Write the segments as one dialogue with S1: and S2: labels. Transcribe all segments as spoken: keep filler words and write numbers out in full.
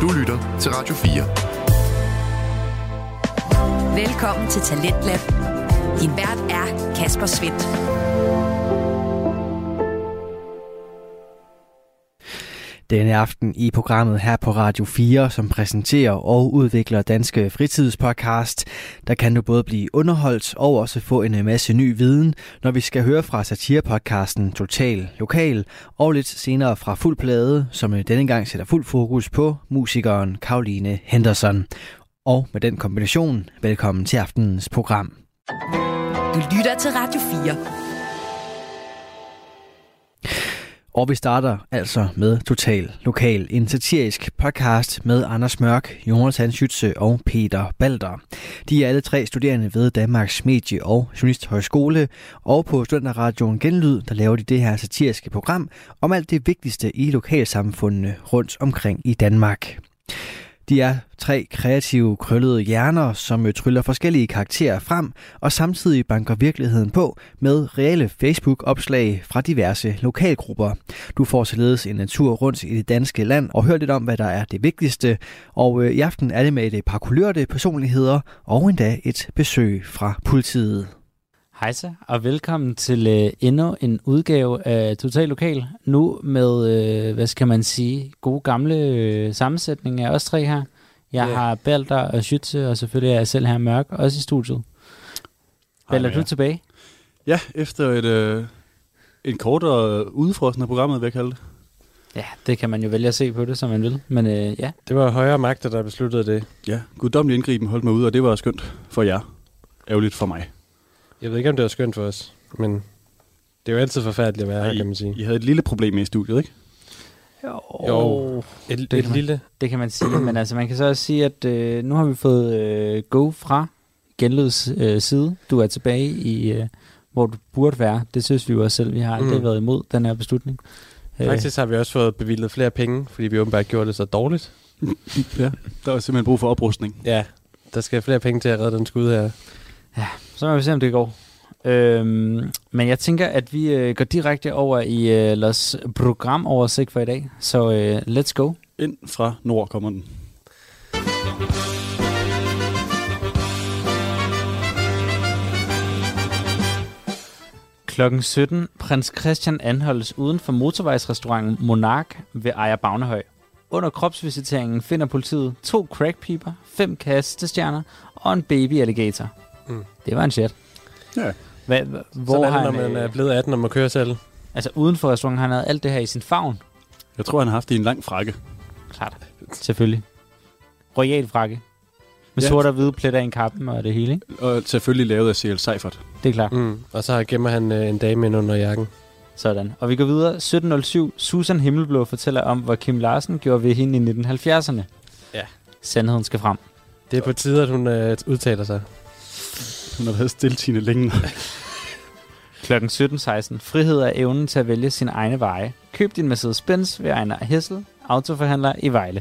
S1: Du lytter til Radio fire.
S2: Velkommen til Talentlab. Din vært er Kasper Svendt.
S3: Denne aften i programmet her på Radio fire, som præsenterer og udvikler Danske Fritidspodcast, der kan du både blive underholdt og også få en masse ny viden, når vi skal høre fra satirepodcasten Total Lokal, og lidt senere fra Fuld Plade, som denne gang sætter fuld fokus på musikeren Caroline Henderson. Og med den kombination, velkommen til aftenens program.
S2: Du lytter til Radio fire.
S3: Og vi starter altså med Total Lokal, en satirisk podcast med Anders Mørk, Jonathan Schütze og Peter Balder. De er alle tre studerende ved Danmarks Medie- og Journalisthøjskole, og på Studenterradioen Genlyd, der laver de det her satiriske program om alt det vigtigste i lokalsamfundene rundt omkring i Danmark. De er tre kreative, krøllede hjerner, som tryller forskellige karakterer frem, og samtidig banker virkeligheden på med reelle Facebook-opslag fra diverse lokalgrupper. Du får således en tur rundt i det danske land og hør lidt om, hvad der er det vigtigste. Og i aften er det med et par kulørte personligheder og endda et besøg fra politiet.
S4: Hejsa, og velkommen til øh, endnu en udgave af Total Lokal. Nu med, øh, hvad skal man sige, gode gamle øh, sammensætning af os tre her. Jeg yeah. har Balder og Schütze, og selvfølgelig er jeg selv her Mørk, også i studiet. Balder, er du tilbage?
S5: Ja, efter et, øh, en kortere udfrosning af programmet, hvad jeg kalder det.
S4: Ja, det kan man jo vælge at se på det, som man vil. Men øh, ja.
S6: Det var højere magter, der besluttede det.
S5: Ja, guddommelig indgriben holdt mig ude, og det var skønt for jer. Ærgerligt for mig.
S6: Jeg ved ikke, om det var skønt for os, men det er jo altid forfærdeligt at være her, kan man sige.
S5: I havde et lille problem med i studiet, ikke?
S6: Jo, jo et,
S4: det,
S6: et
S4: kan
S6: lille.
S4: Man, det kan man sige, men altså man kan så også sige, at øh, nu har vi fået øh, go fra Genlyds øh, side. Du er tilbage i, øh, hvor du burde være. Det synes vi jo også selv, vi har aldrig mm. været imod den her beslutning.
S6: Faktisk har vi også fået bevilget flere penge, fordi vi åbenbart gjorde det så dårligt.
S5: Ja, der var simpelthen brug for oprustning.
S6: Ja, der skal flere penge til at redde den skud her.
S4: Ja, så må vi se, om det går. Øhm, men jeg tænker, at vi øh, går direkte over i øh, los programoversigt for i dag. Så øh, let's go.
S5: Ind fra nord kommer den.
S4: Klokken sytten. Prins Christian anholdes uden for motorvejsrestauranten Monark ved Ejer Bagnehøj. Under kropsvisiteringen finder politiet to crackpiber, fem kastestjerner og en baby alligator. Mm. Det var en shit.
S5: Ja.
S4: Hva, hvor
S6: Sådan er
S4: har
S6: det, når man er blevet atten og må køre selv.
S4: Altså uden for restauranten har han havde alt det her i sin favn.
S5: Jeg tror, han har haft det i en lang frakke.
S4: Klart. Selvfølgelig. Royal frakke. Med ja. Sorte og hvide pletter i en kappen og det hele, ikke?
S5: Og selvfølgelig lavet af C L Seifert.
S4: Det er klart.
S6: Mm. Og så gemmer han øh, en dame ind under jakken.
S4: Sådan. Og vi går videre. sytten nul syv. Susan Himmelblå fortæller om, hvad Kim Larsen gjorde ved hende i nitten halvfjerdserne.
S6: Ja.
S4: Sandheden skal frem.
S6: Det er på tide, at hun øh, udtaler sig.
S5: Hun har været stiltigende længe.
S4: Klokken sytten seksten. Frihed er evnen til at vælge sine egne veje. Køb din Mercedes-Benz ved Ejner Hessel, autoforhandler i Vejle.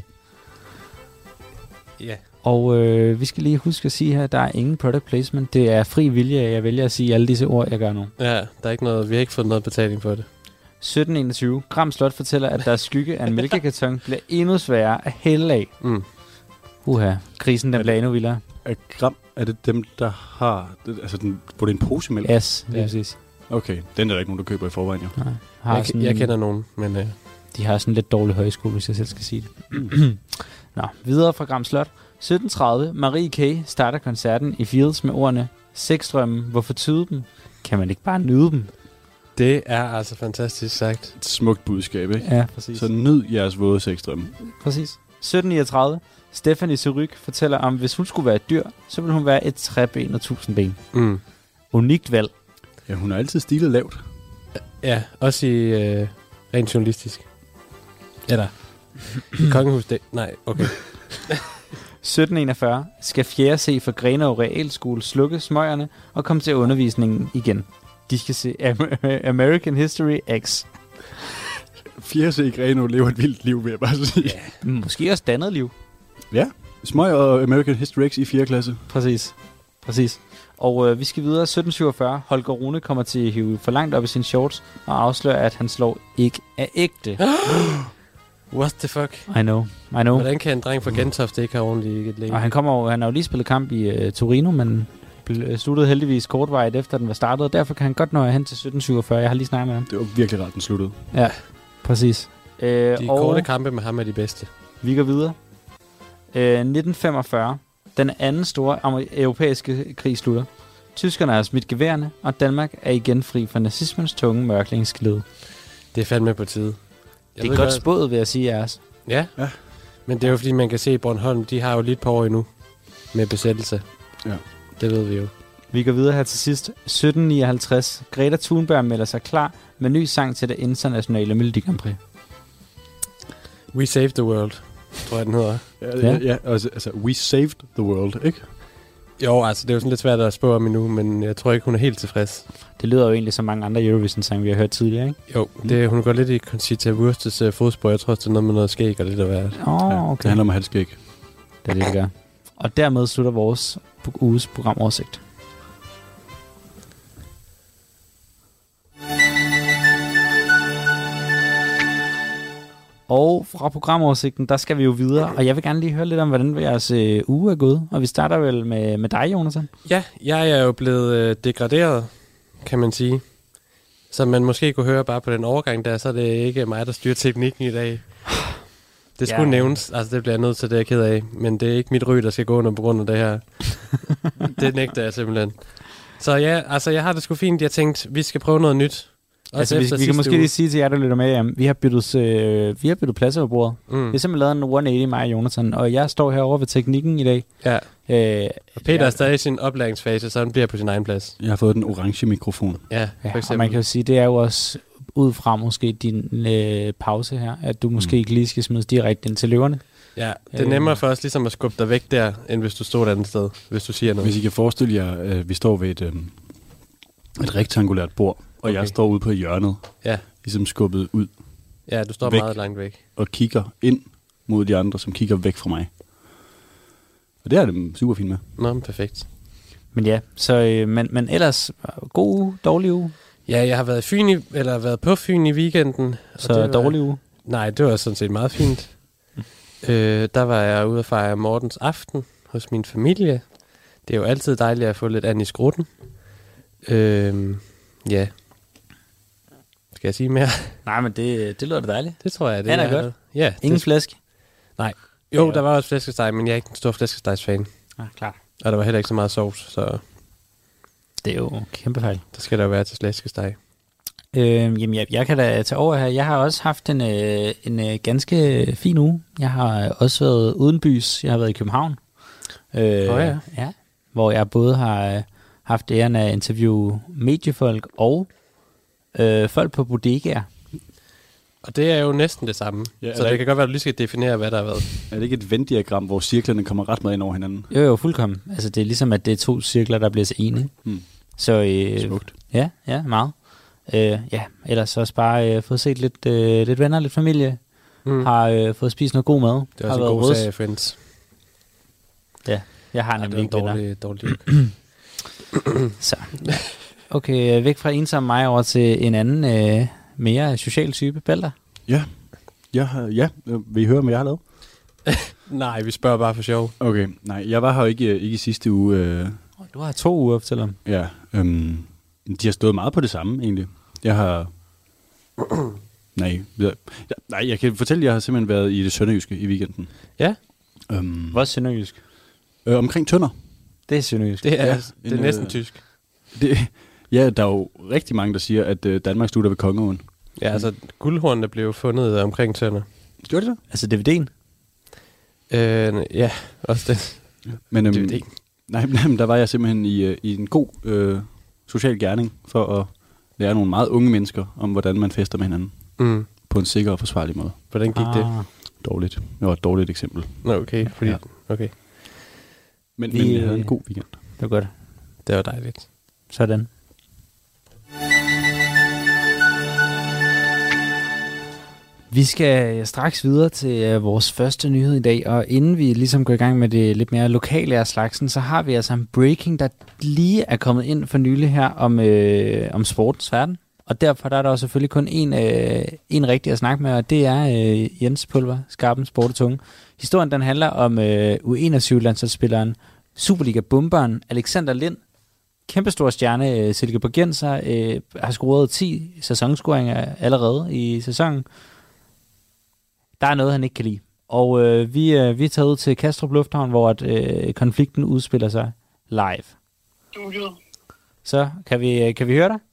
S6: Ja.
S4: Og øh, vi skal lige huske at sige her, at der er ingen product placement. Det er fri vilje, jeg vælger at sige alle disse ord, jeg gør nu.
S6: Ja, der er ikke noget, vi har ikke fået noget betaling for det.
S4: sytten enogtyve. Gram Slot fortæller, at deres skygge af en mælkekarton bliver endnu sværere at hælde af.
S6: Mm.
S4: Uha, krisen den bliver endnu vildere.
S5: Er Gram, er det dem, der har... Det, altså, den, hvor det er en pose mælk?
S4: Yes, det er
S6: ja.
S4: præcis.
S5: Okay, den er der ikke nogen, der køber i forvejen, jo.
S4: Nej. Har
S6: Jeg,
S4: sådan,
S6: jeg kender nogen, men... Øh.
S4: De har sådan en lidt dårlig højskole, hvis jeg selv skal sige det. Nå, videre fra Gram Slot. sytten tredive. Marie K. starter koncerten i Fields med ordene: sexdrømmen, hvorfor tyde dem? Kan man ikke bare nyde dem?
S6: Det er altså fantastisk sagt.
S5: Et smukt budskab, ikke?
S4: Ja, præcis.
S5: Så nyd jeres våde sexdrømme.
S4: Præcis. sytten niogtredive. Stephanie Suryk fortæller om, hvis hun skulle være et dyr, så ville hun være et træben og tusind ben.
S6: Mm.
S4: Unikt valg.
S5: Ja, hun har altid stilet lavt.
S6: Ja, også i øh, rent journalistisk. Eller Kongehus det. Nej, okay.
S4: sytten enogfyrre. Skal fjerde se for Grenaa Realskole slukke smøgerne og komme til undervisningen igen. De skal se Am- American History X.
S5: fjerde C Grenaa lever et vildt liv, vil jeg bare sige.
S4: Ja, måske også dannet liv.
S5: Ja, smøg og American History X i fjerde klasse.
S4: Præcis. Præcis. Og øh, vi skal videre. sytten syvogfyrre. Holger Rune kommer til at hive for langt op i sine shorts og afslører, at han slår ikke af ægte.
S6: What the fuck?
S4: I know, I know.
S6: Hvordan kan en dreng fra Gentofte ikke have ordentligt læge?
S4: Og han kommer over, han har jo lige spillet kamp i uh, Torino, men sluttede heldigvis kortvarigt efter den var startet, og derfor kan han godt nå hen til sytten syvogfyrre. Jeg har lige snakket med ham.
S5: Det var virkelig ret, den sluttede.
S4: Ja, præcis. Øh,
S6: de
S4: og
S6: korte kampe med ham er de bedste.
S4: Vi går videre. Øh, nitten femogfyrre. Den anden store europæiske krig slutter. Tyskerne har smidt geværerne, og Danmark er igen fri fra nazismens tunge mørklingsglide.
S6: Det er fandme på tide.
S4: Jeg det er godt spået, vil jeg sige, Ars.
S6: Ja. ja, men det er jo fordi, man kan se, at Bornholm, de har jo lidt på år endnu med besættelse. Ja. Det ved vi jo.
S4: Vi går videre her til sidst. sytten nioghalvtreds. Greta Thunberg melder sig klar med ny sang til det internationale Melodi Grand Prix.
S6: We Saved the World, tror jeg, den hedder.
S5: Ja, ja. ja altså, altså, We Saved the World, ikke?
S6: Jo, altså, det er jo sådan lidt svært at spå om endnu, men jeg tror ikke, hun er helt tilfreds.
S4: Det lyder jo egentlig som mange andre Eurovision-sange, vi har hørt tidligere, ikke?
S6: Jo, det, hun går lidt i Conchita Wurstes uh, fodspor. Jeg tror også, det er noget med noget skæg og lidt at være.
S4: Åh, oh, okay.
S5: Det handler om at have skæg.
S4: Det er det, det gør. Og dermed slutter vores uges programoversigt. Og fra programoversigten, der skal vi jo videre, og jeg vil gerne lige høre lidt om, hvordan jeres øh, uge er gået. Og vi starter vel med, med dig, Jonathan?
S6: Ja, jeg er jo blevet øh, degraderet, kan man sige. Som man måske kunne høre bare på den overgang der, så er det ikke mig, der styrer teknikken i dag. Det skulle ja. nævnes, altså det bliver jeg nødt til, det er jeg ked af. Men det er ikke mit ry, der skal gå under på grund af det her. Det nægter jeg simpelthen. Så ja, altså jeg har det sgu fint. Jeg tænkte, vi skal prøve noget nyt.
S4: Altså, vi, vi kan måske uge. lige sige til jer, der lytter med, at vi har byttet, øh, vi har byttet pladser på bordet. Mm. Vi har simpelthen lavet en et hundrede ottede, mig og Jonathan, og jeg står herovre ved teknikken i dag.
S6: Ja.
S4: Øh,
S6: og Peter jeg, er stadig i sin oplæringsfase, så han bliver på sin egen plads.
S5: Jeg har fået den orange mikrofon.
S6: Ja,
S4: ja for eksempel. Og man kan jo sige, det er jo også ud fra måske din øh, pause her, at du måske mm. ikke lige skal smides direkte ind til løverne.
S6: Ja, det er nemmere for os ligesom at skubbe dig væk der, end hvis du står et andet sted, hvis du siger noget.
S5: Hvis I kan forestille jer, at øh, vi står ved et, øh, et rektangulært bord, og okay. jeg står ude på hjørnet,
S6: ja.
S5: ligesom skubbet ud.
S6: Ja, du står
S5: væk,
S6: meget langt væk.
S5: Og kigger ind mod de andre, som kigger væk fra mig. Og det er det super fint med.
S6: Nå, perfekt.
S4: Men ja, så, øh, men, men ellers, god uge, dårlig uge?
S6: Ja, jeg har været, Fyn i, eller været på Fyn i weekenden.
S4: Så det var, dårlig uge?
S6: Nej, det var sådan set meget fint. øh, der var jeg ude at fejre Mortens aften hos min familie. Det er jo altid dejligt at få lidt an i skrutten. Øh, ja. Skal jeg sige mere?
S4: Nej, men det, det lyder da dejligt.
S6: Det tror jeg, det
S4: er.
S6: er
S4: godt?
S6: Ja.
S4: Ingen det, flæsk?
S6: Nej. Jo, der var også flæskesteg, men jeg er ikke en stor flæskestegsfan.
S4: Ja, klart.
S6: Og der var heller ikke så meget sovs, så...
S4: Det er jo kæmpe fejl.
S6: Der skal der jo være til flæskesteg.
S4: Øh, jamen, jeg, jeg kan da tage over her. Jeg har også haft en, øh, en øh, ganske fin uge. Jeg har også været udenbys. Jeg har været i København. Øh,
S6: oh, ja.
S4: ja. Hvor jeg både har... Øh, haft æren af at interviewe mediefolk og øh, folk på bodegaer.
S6: Og det er jo næsten det samme. Ja, så det, det kan godt være, at du lige skal definere, hvad der har været.
S5: Er det ikke et Venn-diagram, hvor cirklerne kommer ret meget ind over hinanden?
S4: Jo, jo, fuldkommen. Altså, det er ligesom, at det er to cirkler, der bliver til en, ikke? Hmm. Så, øh,
S5: smukt.
S4: Ja, ja, meget. Øh, ja, ellers også bare øh, fået set lidt, øh, lidt venner, lidt familie. Hmm. Har øh, fået spist noget god mad.
S6: Det er også har en god røds. Sag, friends.
S4: Ja, jeg har nemlig ikke venner.
S6: Dårlig, dårlig.
S4: Så, okay, væk fra en som mig over til en anden, øh, mere social type. Balder?
S5: Ja, ja, ja. Vil I høre, hvad jeg har lavet?
S6: Nej, vi spørger bare for sjov.
S5: Okay, nej, jeg var her ikke, ikke i sidste uge. Øh.
S4: Du har to uger op til dem.
S5: Ja, øhm, de har stået meget på det samme, egentlig. Jeg har... nej, jeg, nej, jeg kan fortælle, at jeg har simpelthen været i det sønderjyske i weekenden.
S6: Ja?
S4: Øhm, Hvor er sønderjysk?
S5: Øh, omkring Tønder.
S4: Det er sønderjysk.
S6: Det er,
S5: ja,
S6: det er
S5: en,
S6: næsten
S5: øh,
S6: tysk.
S5: Det, ja, der er jo rigtig mange, der siger, at øh, Danmark slutter ved Kongeåen.
S6: Ja, altså guldhornene blev fundet omkring Tønder.
S5: Gjorde det så?
S4: Altså D V D'en?
S6: Øh, ja, også det.
S5: Ja. Men øhm,
S6: D V D.
S5: Nej, men der var jeg simpelthen i, øh, i en god øh, social gerning for at lære nogle meget unge mennesker om, hvordan man fester med hinanden.
S6: Mm.
S5: På en sikker og forsvarlig måde.
S6: Hvordan gik ah. det?
S5: Dårligt. Det var et dårligt eksempel.
S6: Nå, okay. Fordi, ja. okay.
S5: Men
S4: vi,
S5: men vi havde en god weekend.
S4: Det var godt.
S6: Det var dejligt.
S4: Sådan. Vi skal straks videre til uh, vores første nyhed i dag, og inden vi ligesom går i gang med det lidt mere lokale af slagsen, så har vi altså en breaking, der lige er kommet ind for nylig her om, øh, om sportens verden. Og derfor der er der jo selvfølgelig kun en, øh, en rigtig at snakke med, og det er øh, Jens Pulver, Skarpen Sport og Tunge. Historien den handler om øh, U enogtyve-landsholdsspilleren, Superliga-bumperen Alexander Lind, kæmpestor stjerne, øh, silkeborgenser, øh, har scoret ti sæsonscoringer allerede i sæsonen. Der er noget, han ikke kan lide. Og øh, vi, øh, vi er taget ud til Kastrup Lufthavn, hvor at, øh, konflikten udspiller sig live.
S1: Studiet.
S4: Så kan vi, kan vi høre dig?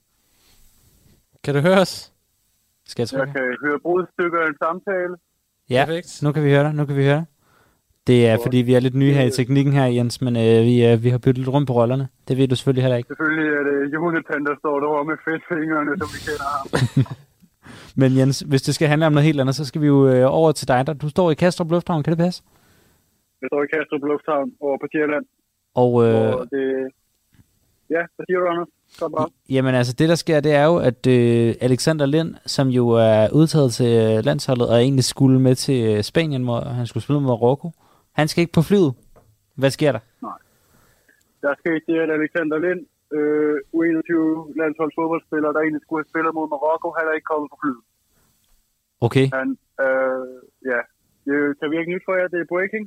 S6: Kan du høre os?
S4: Skal jeg tro?
S1: Jeg kan høre brudstykker af en samtale.
S4: Ja,
S6: Perfekt.
S4: nu kan vi høre dig. Nu kan vi høre dig. Det er, fordi vi er lidt nye her i teknikken her, Jens, men øh, vi, øh, vi har byttet lidt rundt på rollerne. Det ved du selvfølgelig heller ikke.
S1: Selvfølgelig er det Jonathan, der står derovre med fedtfingrene, som vi kender ham.
S4: Men Jens, hvis det skal handle om noget helt andet, så skal vi jo øh, over til dig. Der, du står i Kastrup Lufthavn, kan det passe?
S1: Jeg står i Kastrup Lufthavn over på Sjælland.
S4: Og, øh,
S1: og det... Ja, hvad siger du, Anders? Kom bare.
S4: Jamen altså, det der sker, det er jo, at øh, Alexander Lind, som jo er udtaget til øh, landsholdet, og egentlig skulle med til øh, Spanien, hvor han skulle spille mod Marokko, han skal ikke på flyet. Hvad sker der?
S1: Nej. Der skete det, at Alexander Lind, øh, U enogtyve-landsholdsfodboldspiller, der egentlig skulle have spillet mod Marokko, han er ikke kommet på flyet.
S4: Okay.
S1: Han, øh, ja, det kan virke nyt for jer, det er breaking.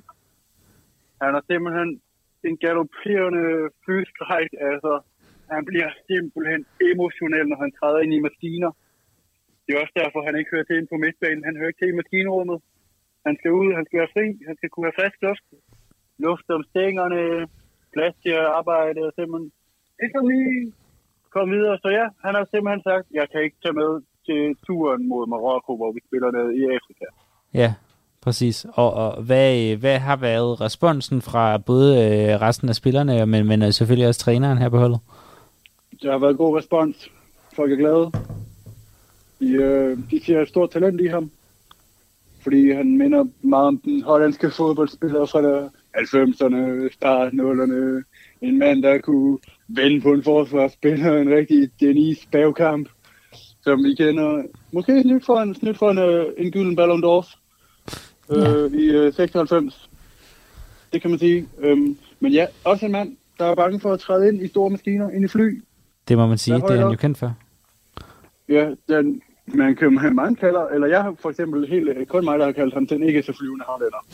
S1: Han har simpelthen en galopperende flyskræk, altså han bliver simpelthen emotionel, når han træder ind i maskiner. Det er også derfor, han ikke hører til ind på midtbanen. Han hører ikke til i maskinrummet. Han skal ud, han skal være fri, han skal kunne have frisk luft. Luft om stængerne, plads til at arbejde, og simpelthen ikke lige komme videre. Så ja, han har simpelthen sagt, jeg kan ikke tage med til turen mod Marokko, hvor vi spiller ned i Afrika.
S4: Ja, præcis. Og, og hvad, hvad har været responsen fra både øh, resten af spillerne, men, men selvfølgelig også træneren her på holdet?
S1: Der har været god respons. Folk er glade. De, øh, de ser et stort talent i ham. Fordi han minder meget om den hollandske fodboldspiller fra der halvfemserne, start nullerne. En mand, der kunne vende på en forsvarsspiller, en rigtig Denis bagkamp, som vi kender. Måske snydt for en, snydt for en, en gylden Ballon d'Or øh, i øh, seksoghalvfems. Det kan man sige. Øhm, men ja, også en mand, der er bange for at træde ind i store maskiner, ind i fly.
S4: Det må man sige, det er han jo kendt for.
S1: Ja, den, man kan man mange kalder, eller jeg har for eksempel helt, kun mig, der har kaldt ham den ikke så flyvende havlænder.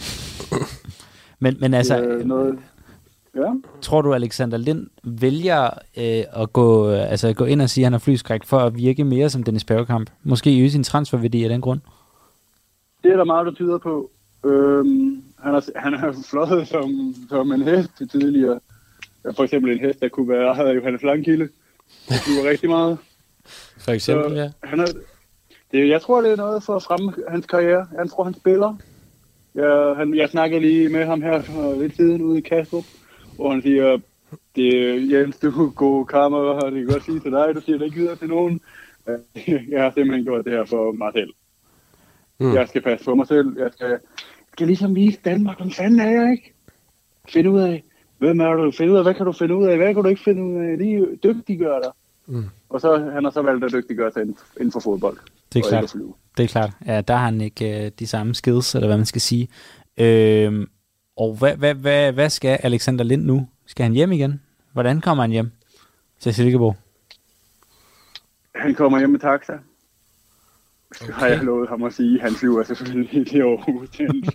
S4: men, men altså,
S1: øh, noget, ja.
S4: Tror du, Alexander Lind vælger øh, at gå, altså, gå ind og sige, at han har flyskræk for at virke mere som Dennis Bergkamp? Måske øge sin transferværdi af den grund?
S1: Det er der meget, der tyder på. Øhm, han har han har fløjet som, som en hest tidligere. For eksempel en hest, der kunne være havde Johannes Langkilde. Det var rigtig meget.
S6: For eksempel,
S1: så,
S6: ja.
S1: Han er, det, jeg tror, det er noget for at fremme hans karriere. Jeg tror, han spiller. Jeg, han, jeg snakkede lige med ham her for lidt siden ude i Kastrup, hvor han siger, det er Jens, du er god kammerat, og det kan godt sige til dig, du siger det ikke videre til nogen. Jeg har simpelthen gjort det her for mig selv. Mm. Jeg skal passe på mig selv. Jeg skal, skal ligesom vise Danmark, om fanden er jeg, ikke? Finde ud af, hvem er du? Finde ud af, hvad kan du finde ud af? Hvad kan du ikke finde ud af? Lige dygtiggør dig. Mm. Og så han har så valgt at dygtiggøre sig inden for fodbold.
S4: Det er klart. Det er klart. Ja, der har han ikke øh, de samme skills, eller hvad man skal sige. Øh, og hvad, hvad, hvad, hvad skal Alexander Lind nu? Skal han hjem igen? Hvordan kommer han hjem til Silkeborg?
S1: Han kommer hjem med taxa. Okay. Har jeg lovet ham at sige. Han flyver selvfølgelig til Aarhus til en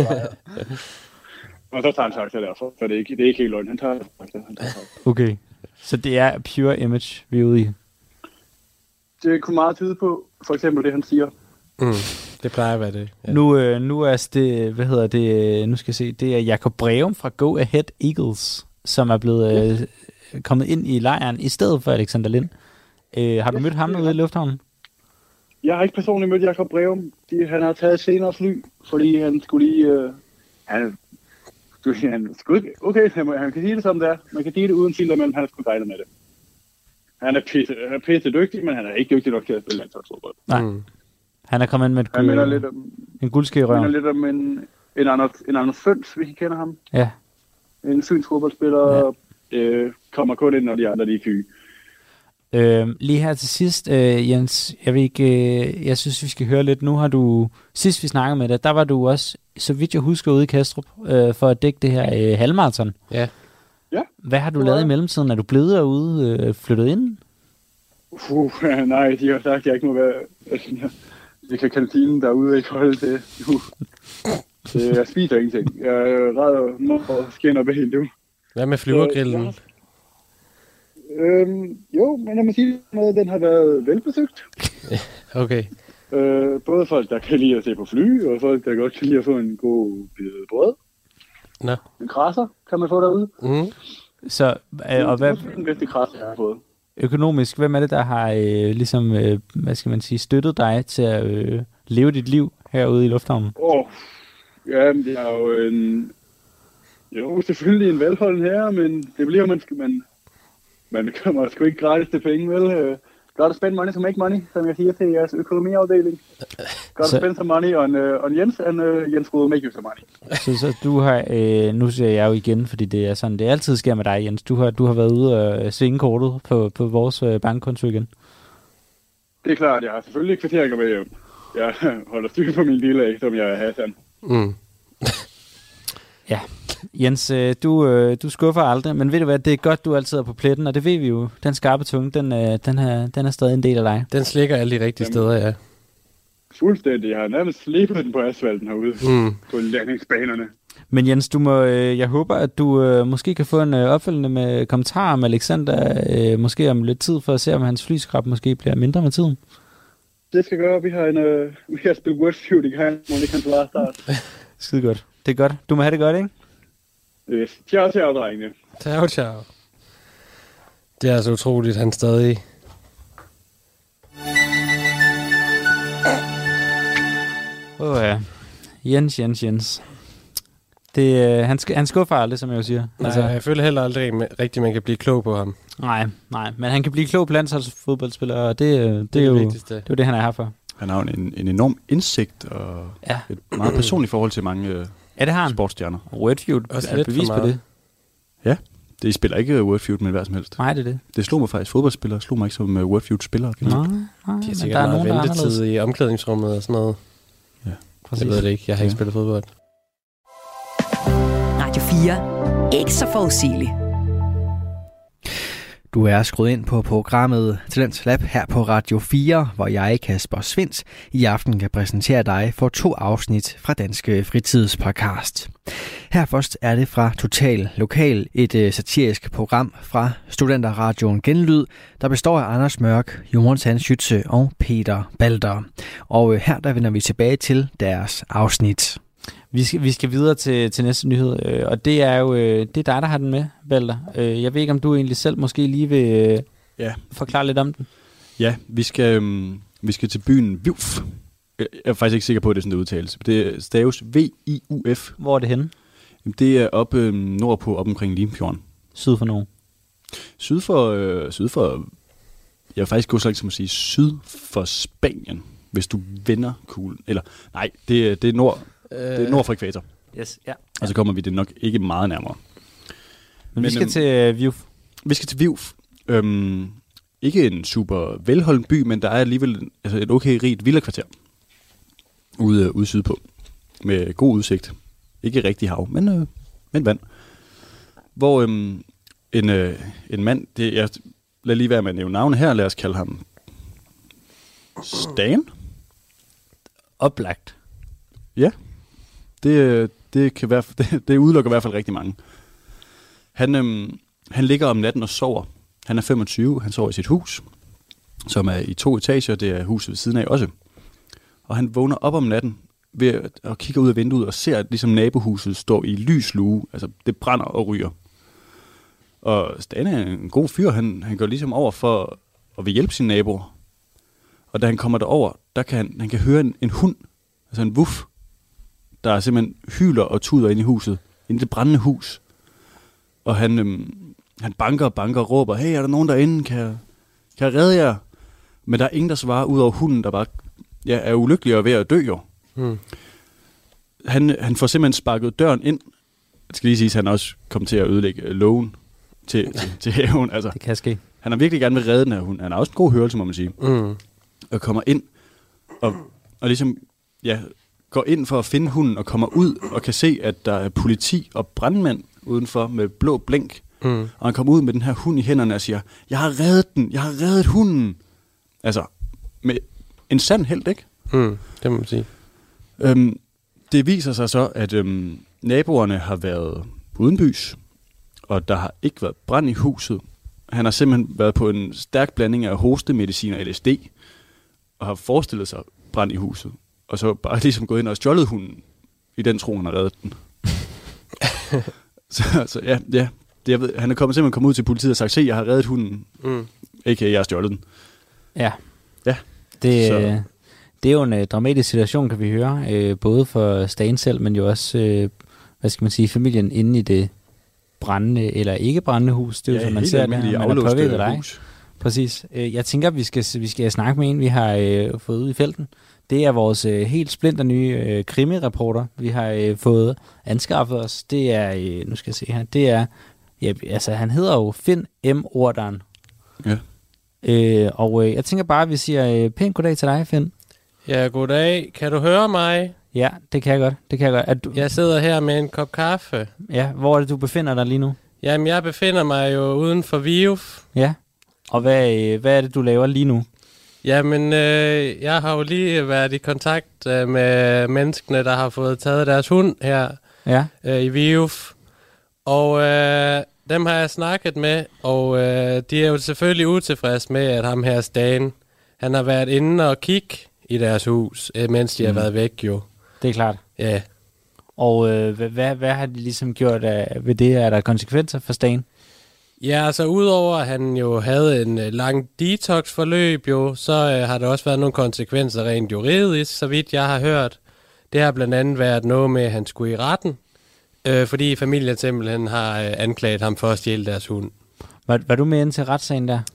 S1: og så tager han taxa derfor. Så det er ikke, det er ikke helt løgn. Han tager taxa. Han tager taxa.
S4: Okay. Så det er pure image, vi er ude i?
S1: Det kunne meget tyde på, for eksempel det, han siger.
S6: Mm, det plejer at være det.
S4: Ja. Nu, øh, nu er det, hvad hedder det, nu skal jeg se, det er Jakob Breum fra Go Ahead Eagles, som er blevet øh, kommet ind i lejren i stedet for Alexander Lind. Øh, har du mødt ham ude i lufthavnen?
S1: Jeg har ikke personligt mødt Jakob Breum. Han har taget senere fly, fordi han skulle lige... Øh, han, han skulle, okay, han kan sige det som det er. Man kan sige det uden filter, men han skulle regne med det. Han er pisse, han er pisse dygtig, men han er ikke dygtig nok til at spille landsholdsfodbold.
S4: Nej. Mm. Han er kommet ind med et
S1: han minder lidt om,
S4: en guldske i røven.
S1: Han minder lidt om en, en Anders, en Anders Føns, hvis I kender ham.
S4: Ja.
S1: En fyns fodboldspiller, ja. øh, kommer kun ind, når de andre de er fyge.
S4: Øh, lige her til sidst, øh, Jens, jeg, vil ikke, øh, jeg synes, vi skal høre lidt. Nu har du, sidst vi snakkede med dig, der var du også, så vidt jeg husker, ude i Kastrup, øh, for at dække det her øh, halvmarathon.
S6: Ja.
S1: Ja.
S4: Hvad har du lavet i mellemtiden? Er du blevet derude, øh, flyttet ind?
S1: Uh, nej, de har sagt, at jeg ikke må være... Altså, jeg kan kantinen derude ikke holde det. Uh. Det, jeg spiser ingenting. Jeg er ret og skinner ben, du.
S6: Hvad med flyvergrillen?
S1: Ja. Øhm, jo, men jeg må sige, at den har været velbesøgt.
S6: Okay.
S1: Øh, både folk, der kan lide at se på fly, og folk, der godt kan lide at få en god bid brød.
S6: Nå.
S1: En krasser kan man få derude.
S6: Mm.
S4: Så, øh, og hvad...
S1: Det er den bedste krasser, jeg har fået.
S4: Økonomisk, hvem er det, der har øh, ligesom, øh, hvad skal man sige, støttet dig til at øh, leve dit liv herude i lufthavnen?
S1: Åh, oh, ja, det er jo en... Jo, selvfølgelig en velholden her, men det bliver man... Man, man kommer sgu ikke gratis til penge, vel? Gotta spend money to make money, som jeg siger til jeres økonomiafdeling. Gotta så... spend some money on, uh, on Jens, and uh, Jens will make you some money.
S4: Så, så du har, øh, nu ser jeg jo igen, fordi det er sådan, det altid sker med dig, Jens. Du har, du har været ude og svinge kortet på, på vores øh, bankkonto igen.
S1: Det er klart, jeg har selvfølgelig kvitteringer med hjem. Jeg holder styr på min lille af, som jeg er Hassan.
S6: Mm.
S4: Ja, Jens, øh, du, øh, du skuffer aldrig, men ved du hvad, det er godt, du altid er på pletten, og det ved vi jo. Den skarpe tunge, den, øh, den, er, den er stadig en del af dig.
S6: Den slikker alle de rigtige Jamen, steder, ja.
S1: Fuldstændig. Jeg har nærmest slebet den på asfalten herude, mm. på landingsbanerne.
S4: Men Jens, du må, øh, jeg håber, at du øh, måske kan få en øh, opfølgende med kommentar om Alexander, øh, måske om lidt tid, for at se, om hans flyskrab måske bliver mindre med tiden.
S1: Det skal gøre. Vi har en, øh, vi har spillet Wordfeud i gang, hvor det kan til at starte.
S4: Skide godt. Det er godt. Du må have det godt, ikke?
S1: Yes. Ciao, ciao, drengene.
S6: Ciao, ciao. Det er altså utroligt, han stadig...
S4: Åh oh, ja. Jens, Jens, Jens. Det, øh, han, sk- han skuffer aldrig, som jeg jo siger.
S6: Nej, altså, jeg føler heller aldrig rigtigt, man kan blive klog på ham.
S4: Nej, nej. Men han kan blive klog på landsholdsfodboldspillere, og det, det, det, er, jo, det er jo det, han er her for.
S5: Han har jo en, en enorm indsigt og ja. et meget personligt forhold til mange øh,
S4: ja, det har han.
S5: Sportsstjerner.
S4: Wordfeud er bevis på det.
S5: Ja, det spiller ikke Wordfeud med hvad som helst.
S4: Nej, det er det.
S5: Det slog mig faktisk fodboldspillere, slog mig ikke som uh, Wordfeud-spillere.
S6: Nej, nej, de har sikkert meget nogen, ventetid i omklædningsrummet og sådan noget.
S5: Ja,
S6: præcis. Jeg ved det ikke, jeg har ikke ja. spillet fodbold.
S2: Radio fire. Ikke så forudsigeligt.
S3: Du er skruet ind på programmet Talents Lab her på Radio fire, hvor jeg, Kasper Svinds, i aften kan præsentere dig for to afsnit fra Danske Fritidspodcast. Her først er det fra Total Lokal, et satirisk program fra Studenterradioen Genlyd, der består af Anders Mørk, Jonathan Schütze og Peter Balder. Og her der vender vi tilbage til deres afsnit.
S4: Vi skal, vi skal videre til, til næste nyhed, øh, og det er jo øh, det er dig, der har den med, Balder. Øh, jeg ved ikke, om du egentlig selv måske lige vil øh, ja. forklare lidt om den.
S5: Ja, vi skal, øh, vi skal til byen Viuf. Jeg er faktisk ikke sikker på, at det er sådan en udtalelse. Det staves V I U F.
S4: Hvor er det henne?
S5: Det er oppe øh, nordpå, op omkring Limfjorden.
S4: Syd for Norge? Syd
S5: for, øh, syd for, jeg vil faktisk gå så langt som at sige, syd for Spanien, hvis du vender kuglen. Eller, nej, det, det er nord... Det er nord for ekvator.
S4: Yes, ja.
S5: Og så kommer vi det nok ikke meget nærmere.
S4: Men, Men vi skal øhm, til uh, Viuf.
S5: Vi skal til Viuf. Øhm, ikke en super velholden by, men der er alligevel altså et okay rigt villakvarter ude, ude sydpå. Med god udsigt. Ikke rigtig hav, men, øh, men vand. Hvor øhm, en, øh, en mand, det, jeg, lad lige være med at nævne navnet her, lad os kalde ham Stan.
S4: Oplagt.
S5: Ja. Det, det, kan være, det, det udelukker i hvert fald rigtig mange. Han, øhm, han ligger om natten og sover. Han er femogtyve, han sover i sit hus, som er i to etager, det er huset ved siden af også. Og han vågner op om natten ved at, at kigge ud af vinduet og ser, at ligesom nabohuset står i lys lue. Altså, det brænder og ryger. Og Stan er en god fyr, han, han går ligesom over for at vil hjælpe sine naboer. Og da han kommer derover, der kan han, han kan høre en, en hund, altså en wuff, der simpelthen hyler og tuder ind i huset, ind i det brændende hus. Og han, øhm, han banker og banker og råber, hey, er der nogen derinde, kan jeg, kan jeg redde jer? Men der er ingen, der svarer, ud over hunden, der bare ja, er ulykkelig og ved at dø jo. Hmm. Han, han får simpelthen sparket døren ind. Det skal lige sige, at han også kom til at ødelægge lågen til, til, til haven. Altså,
S4: det kan ske.
S5: Han har virkelig gerne vil redde den her hund. Han har også en god hørelse, må man sige. Hmm. Og kommer ind og, og ligesom, ja... går ind for at finde hunden og kommer ud og kan se, at der er politi og brandmænd udenfor med blå blink. Mm. Og han kommer ud med den her hund i hænderne og siger, jeg har reddet den, jeg har reddet hunden. Altså, med en sand held, ikke?
S6: Mm, det må man sige.
S5: Øhm, det viser sig så, at øhm, naboerne har været udenbys, og der har ikke været brand i huset. Han har simpelthen været på en stærk blanding af hostemedicin og L S D, og har forestillet sig brand i huset. Og så bare ligesom gået ind og stjålet hunden, i den tro, han har reddet den. så, så ja, ja. Det, jeg ved, han er kommet, simpelthen kommet ud til politiet og sagt, se, jeg har reddet hunden.
S6: Mm.
S5: Ikke, jeg har stjålet den.
S4: Ja.
S5: Ja.
S4: Det,
S5: så.
S4: øh, det er jo en øh, dramatisk situation, kan vi høre. Øh, både for Stan selv, men jo også, øh, hvad skal man sige, familien inde i det brændende eller ikke brændende hus. Det er jo,
S5: ja,
S4: som man ser, det her, man har påvirket dig. Præcis. Øh, jeg tænker, vi skal, vi skal snakke med en, vi har øh, fået ud i felten. Det er vores øh, helt splinter nye øh, krimi-reporter, vi har øh, fået anskaffet os. Det er, øh, nu skal jeg se her, det er, ja, altså han hedder jo Finn M. Orderen.
S5: Ja.
S4: Øh, og øh, jeg tænker bare, at vi siger øh, pænt goddag til dig, Finn.
S6: Ja, goddag. Kan du høre mig?
S4: Ja, det kan jeg godt. Det kan jeg godt. At du,
S6: Jeg sidder her med en kop kaffe.
S4: ja, hvor er det, du befinder dig lige nu?
S6: Jamen, jeg befinder mig jo uden for V I U F.
S4: Ja. Og hvad, øh, hvad er det, du laver lige nu?
S6: Jamen, øh, jeg har jo lige været i kontakt øh, med menneskene, der har fået taget deres hund her
S4: Ja.
S6: øh, i V I U F. Og øh, dem har jeg snakket med, og øh, de er jo selvfølgelig utilfredse med, at ham her Stan, han har været inde og kigge i deres hus, øh, mens de mm. har været væk jo.
S4: Det er klart.
S6: Ja.
S4: Og øh, hvad, hvad, hvad har de ligesom gjort af, ved det? Er der konsekvenser for Stan?
S6: Ja, altså udover at han jo havde en øh, lang detox-forløb jo, så øh, har der også været nogle konsekvenser rent juridisk, så vidt jeg har hørt. Det har blandt andet været noget med, at han skulle i retten, øh, fordi familien simpelthen har øh, anklaget ham for at stjæle deres hund.
S4: Var, var du med ind til retssagen der?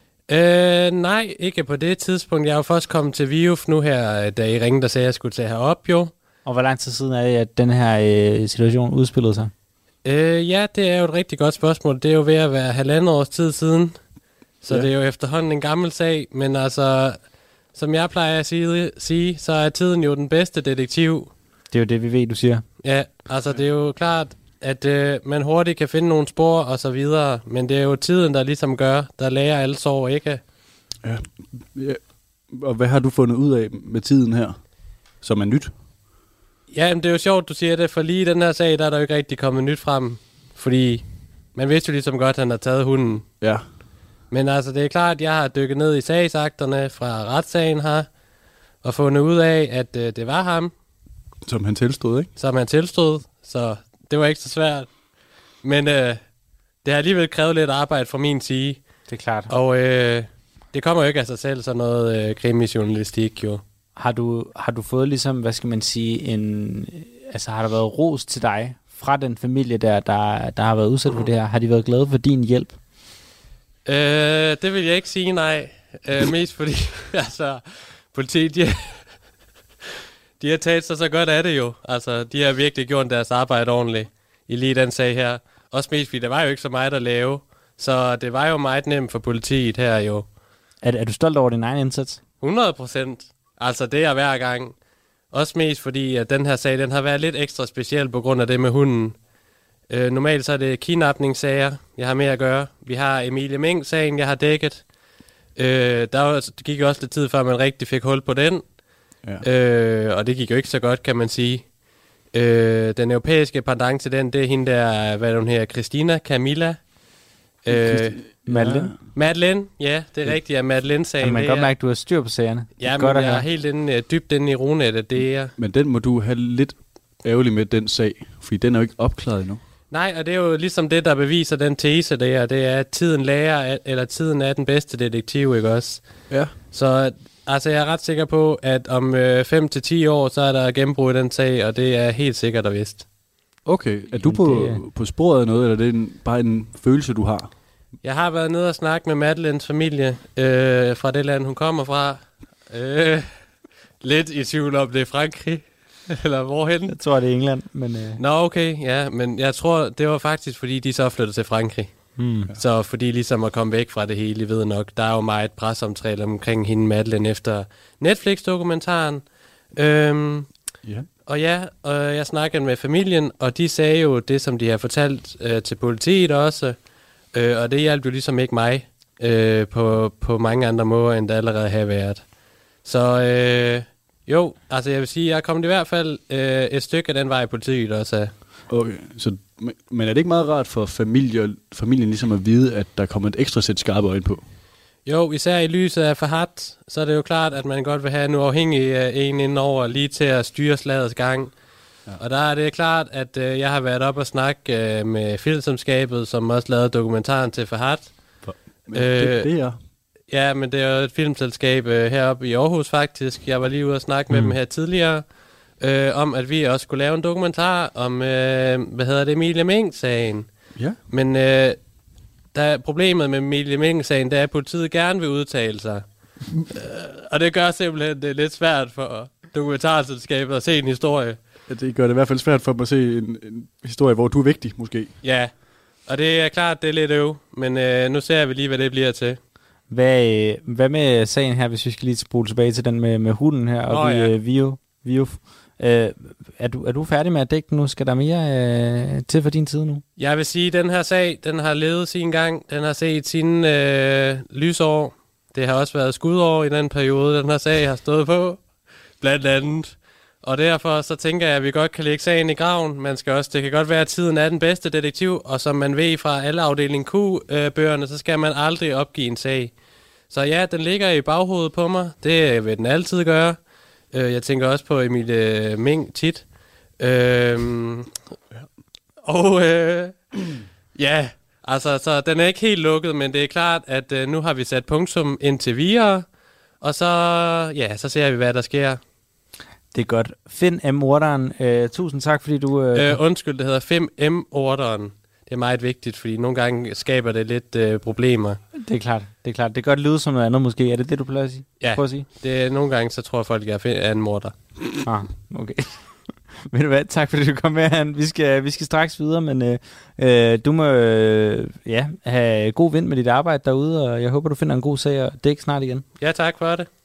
S6: Øh, nej, ikke på det tidspunkt. Jeg er jo først kommet til V I U F nu her, da I ringede og sagde, at jeg skulle tage herop jo.
S4: Og hvor lang tid siden er det, at den her øh, situation udspillede sig?
S6: Øh, ja, det er jo et rigtig godt spørgsmål. Det er jo ved at være halvandet års tid siden, så ja. Det er jo efterhånden en gammel sag. Men altså, som jeg plejer at sige, sige, så er tiden jo den bedste detektiv.
S4: Det er jo det, vi ved, du siger.
S6: Ja, altså det er jo klart, at øh, man hurtigt kan finde nogle spor og så videre, men det er jo tiden, der ligesom gør, der lærer alle sår, ikke?
S5: Ja. Ja. Og hvad har du fundet ud af med tiden her, som er nyt?
S6: Ja, men det er jo sjovt, du siger det, for lige i den her sag, der er der jo ikke rigtig kommet nyt frem, fordi man vidste jo ligesom godt, at han har taget hunden.
S5: Ja.
S6: Men altså, det er klart, at jeg har dykket ned i sagsakterne fra retssagen her, og fundet ud af, at øh, det var ham.
S5: Som han tilstod, ikke?
S6: Som han tilstod, så det var ikke så svært. Men øh, det har alligevel krævet lidt arbejde fra min side.
S4: Det er klart.
S6: Og øh, det kommer jo ikke af sig selv, sådan noget øh, krimijournalistik jo.
S4: Har du, har du fået ligesom, hvad skal man sige, en, altså har der været ros til dig fra den familie der, der, der har været udsat for det her? Har de været glade for din hjælp?
S6: Øh, det vil jeg ikke sige, nej. Øh, mest fordi, altså, politiet, de, de har taget sig så godt af det jo. Altså, de har virkelig gjort deres arbejde ordentligt i lige den sag her. Også mest fordi, der var jo ikke så meget at lave. Så det var jo meget nemt for politiet her jo.
S4: Er, er du stolt over din egen indsats?
S6: hundrede procent. Altså, det er hver gang. Også mest fordi, at den her sag, den har været lidt ekstra speciel på grund af det med hunden. Øh, normalt så er det kidnapningssager, jeg har med at gøre. Vi har Emilie Meng-sagen, jeg har dækket. Øh, der var, det gik jo også lidt tid, før man rigtig fik hul på den. Ja. Øh, og det gik jo ikke så godt, kan man sige. Øh, den europæiske pendant til den, det er hende der, hvad hun her, Christina Camilla. Øh,
S4: Madeleine?
S6: Madeleine, ja, det er rigtigt, at Madeleine-sagen.
S4: Ja, man kan godt mærke, at du har styr på sagerne.
S6: Ja, men
S4: godt
S6: jeg er helt inde, dybt inde i runettet, det er.
S5: Men den må du have lidt ærgerlig med, den sag, fordi den er jo ikke opklaret endnu.
S6: Nej, og det er jo ligesom det, der beviser den tese der, det er, at tiden lærer, eller tiden er den bedste detektiv, ikke også?
S5: Ja.
S6: Så altså, jeg er ret sikker på, at om øh, fem til ti år, så er der gennembrud i den sag, og det er helt sikkert og vist.
S5: Okay, er du på, det... på sporet af noget, eller er det en, bare en følelse, du har?
S6: Jeg har været nede og snakke med Madeleines familie øh, fra det land, hun kommer fra. Øh, lidt i tvivl om, det er Frankrig, eller hvorhen?
S4: Jeg tror, det er England, men... Øh...
S6: Nå, okay, ja, men jeg tror, det var faktisk, fordi de så flyttede til Frankrig.
S4: Hmm.
S6: Så fordi ligesom at komme væk fra det hele, I ved nok, der er jo meget presseomtale omkring hende, Madeleine, efter Netflix-dokumentaren. Øhm,
S5: ja.
S6: Og ja, og jeg snakkede med familien, og de sagde jo det, som de har fortalt øh, til politiet også, øh, og det hjalp jo ligesom ikke mig. øh, på, på mange andre måder, end det allerede har været. Så øh, jo, altså jeg vil sige, jeg er kommet i hvert fald øh, et stykke af den vej, politiet også er.
S5: Okay, så, men er det ikke meget rart for familie, familien ligesom at vide, at der kommer et ekstra sæt skarpe øjne på?
S6: Jo, især i lyset af Fahad, så er det jo klart, at man godt vil have en uafhængig en indenover lige til at styre slagets gang. Ja. Og der er det klart, at øh, jeg har været op og snakke øh, med filmselskabet, som også lavede dokumentaren til Fahad.
S5: Men øh, det, det er
S6: Ja, men det er jo et filmselskab øh, heroppe i Aarhus faktisk. Jeg var lige ude og snakke mm. med dem her tidligere, øh, om at vi også skulle lave en dokumentar om, øh, hvad hedder det, Emilie Meng-sagen.
S5: Ja.
S6: Men øh, der er problemet med Emilie Meng-sagen, det er, at politiet gerne vil udtale sig. øh, og det gør simpelthen det lidt svært for dokumentarselskabet at se en historie.
S5: Ja, det gør det i hvert fald svært for mig at se en, en historie, hvor du er vigtig, måske.
S6: Ja, og det er klart, det er lidt øv, men øh, nu ser vi lige, hvad det bliver til.
S4: Hvad, hvad med sagen her, hvis vi skal lige spole tilbage til den med, med hunden her oppe oh, ja. i uh, Vio? Vio. Øh, er, du, er du færdig med at dække den nu? Skal der mere øh, til for din tid nu?
S6: Jeg vil sige, at den her sag, den har levet sin gang. Den har set sine øh, lysår. Det har også været skudår i den periode, den her sag har stået på. Blandt andet. Og derfor så tænker jeg, at vi godt kan lægge sagen i graven. Man skal også, det kan godt være, at tiden er den bedste detektiv, og som man ved fra alle afdeling Q-bøgerne, så skal man aldrig opgive en sag. Så ja, den ligger i baghovedet på mig. Det vil den altid gøre. Jeg tænker også på Emilie Meng tit. Øhm, og øh, ja, altså, så den er ikke helt lukket, men det er klart, at øh, nu har vi sat punktum indtil videre, og så, ja, så ser vi, hvad der sker.
S4: Det er godt. Finn M. Orderen, øh, tusind tak, fordi du... Øh,
S6: øh, undskyld, det hedder Finn M. Orderen. Det er meget vigtigt, fordi nogle gange skaber det lidt øh, problemer.
S4: Det er klart, det er klart. Det kan godt lyde som noget andet måske. Er det det, du plejer at sige?
S6: Ja,
S4: at sige?
S6: Det er, nogle gange så tror jeg, folk er, er en morder.
S4: Ah, okay. Ved du hvad, tak fordi du kom med, Han. Vi skal, vi skal straks videre, men øh, øh, du må øh, ja, have god vind med dit arbejde derude, og jeg håber, du finder en god sag og dæk snart igen.
S6: Ja, tak for det.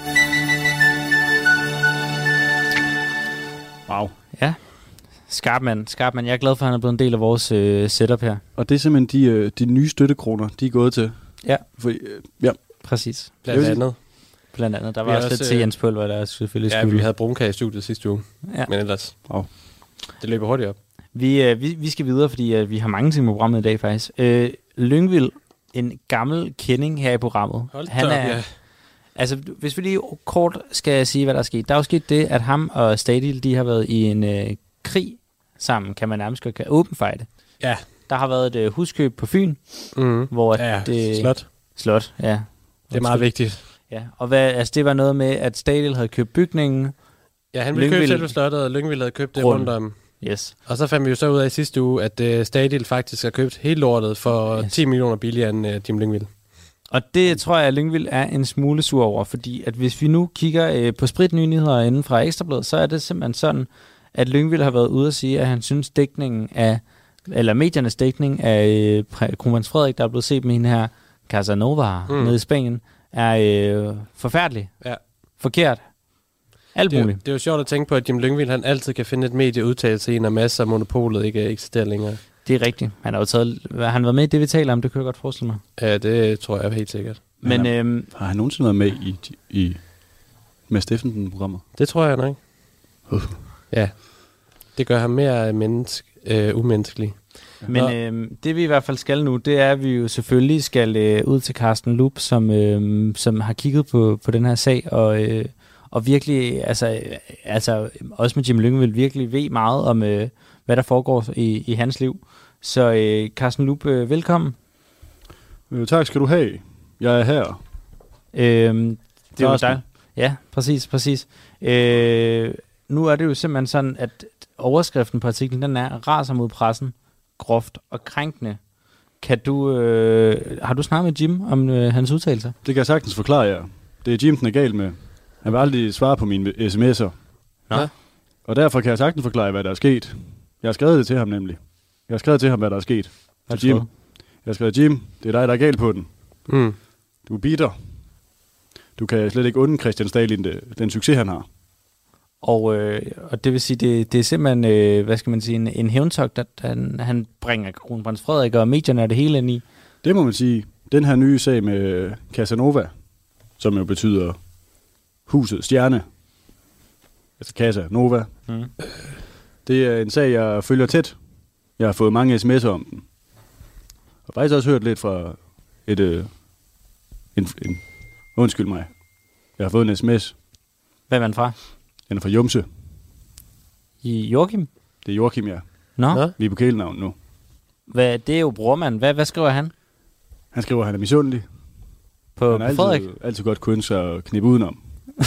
S5: Wow.
S4: Ja. Skarpmand, Skarpmand. Jeg er glad for, at han er blevet en del af vores øh, setup her.
S5: Og det er simpelthen de, øh, de nye støttekroner, de er gået til.
S4: Ja.
S5: For, øh, ja.
S4: Præcis.
S6: Blandt andet.
S4: Blandt andet. Der var også, også lidt til Jens Pølver, der selvfølgelig
S6: ja,
S4: skulle...
S6: Ja, vi havde brunkage i studiet sidste uge.
S4: Ja.
S6: Men ellers,
S5: wow.
S6: Det løber hurtigt op.
S4: Vi, øh, vi, vi skal videre, fordi øh, vi har mange ting på programmet i dag faktisk. Øh, Lyngvild, en gammel kending her i programmet.
S6: Hold
S4: han
S6: op,
S4: er,
S6: ja.
S4: Altså, hvis vi lige kort skal sige, hvad der er sket. Der er jo sket det, at ham og Stadil, de har været i en øh, krig sammen, kan man nærmest godt åben fejde.
S6: Ja.
S4: Der har været et øh, huskøb på Fyn,
S6: mm.
S4: hvor
S6: ja,
S4: det...
S6: Slot.
S4: Slot, ja.
S6: Det er meget vigtigt.
S4: Ja, og hvad, altså, det var noget med, at Stadil havde købt bygningen.
S6: Ja, han ville købe selve slottet, og Lyngvild havde købt det
S4: Grund.
S6: rundt om.
S4: Yes.
S6: Og så fandt vi jo så ud af i sidste uge, at uh, Stadil faktisk har købt hele lortet for yes. ti millioner billigere end uh, Jim Lyngvild.
S4: Og det tror jeg, at Lyngvild er en smule sur over, fordi at hvis vi nu kigger øh, på spritnyheder inden fra Ekstrabladet, så er det simpelthen sådan, at Lyngvild har været ude at sige, at han synes dækningen af, eller mediernes dækning af øh, Kronprins Frederik, der er blevet set med hende her, Casanova, mm. nede i Spanien, er øh, forfærdelig.
S6: Ja.
S4: Forkert. Alt
S6: det,
S4: muligt.
S6: Det er jo sjovt at tænke på, at Jim Lyngvild, han altid kan finde et medieudtalelse i, når masser af monopolet ikke eksisterer længere.
S4: Det er rigtigt. Han har jo taget, han har været med i det, vi taler om, det kan jeg godt forestille mig.
S6: Ja, det tror jeg helt sikkert.
S4: Men,
S5: har,
S4: øhm,
S5: har han nogensinde været med i, i Mads Steffensen-programmer?
S6: Det tror jeg nok.
S5: Uh.
S6: Ja. Det gør ham mere menneske, øh, umenneskelig.
S4: Men øh, det vi i hvert fald skal nu, det er, at vi jo selvfølgelig skal øh, ud til Carsten Lup, som, øh, som har kigget på, på den her sag, og, øh, og virkelig, altså, altså også med Jim Lyngvild, virkelig ved meget om, øh, hvad der foregår i, i hans liv. Så øh, Carsten Lup, øh, velkommen.
S5: Øh, tak skal du have. Jeg er her.
S4: Øh, det er jo dig. Ja, præcis, præcis. Øh, nu er det jo simpelthen sådan, at overskriften på artiklen, den er raser mod pressen, groft og krænkende. Kan du, øh, har du snakket med Jim om øh, hans udtalelser?
S5: Det kan jeg sagtens forklare jer. Det er Jim, den er galt med. Han vil aldrig svare på mine sms'er.
S4: Nå.
S5: Og derfor kan jeg sagtens forklare, hvad der er sket. Jeg har skrevet det til ham nemlig. Jeg har skrevet til ham, hvad der er sket.
S4: Hvad
S5: Jim. Jeg har skrevet, Jim, det er dig, der er galt på den.
S6: Mm.
S5: Du er bitter. Du kan slet ikke unde Christian Stalin den, den succes, han har.
S4: Og, øh, og det vil sige, det, det er simpelthen, øh, hvad skal man sige, en, en hævntogt, at han, han bringer Kronprins Frederik og medierne og det hele ind i.
S5: Det må man sige. Den her nye sag med Casanova, som jo betyder huset stjerne, altså Casa Nova, mm. det er en sag, jeg følger tæt. Jeg har fået mange sms'er om den. Og faktisk også hørt lidt fra et... Øh, en, en, undskyld mig. Jeg har fået en sms.
S4: Hvad er man fra?
S5: Den er fra Jumse.
S4: I Joachim?
S5: Det er Joachim, ja.
S4: Nå? Nå?
S5: Vi er på kælenavn nu.
S4: Hvad, det er jo brormand. Hvad, hvad skriver han?
S5: Han skriver, at han er misundelig.
S4: På,
S5: han har
S4: på
S5: altid, altid godt kunnet sig at knippe udenom.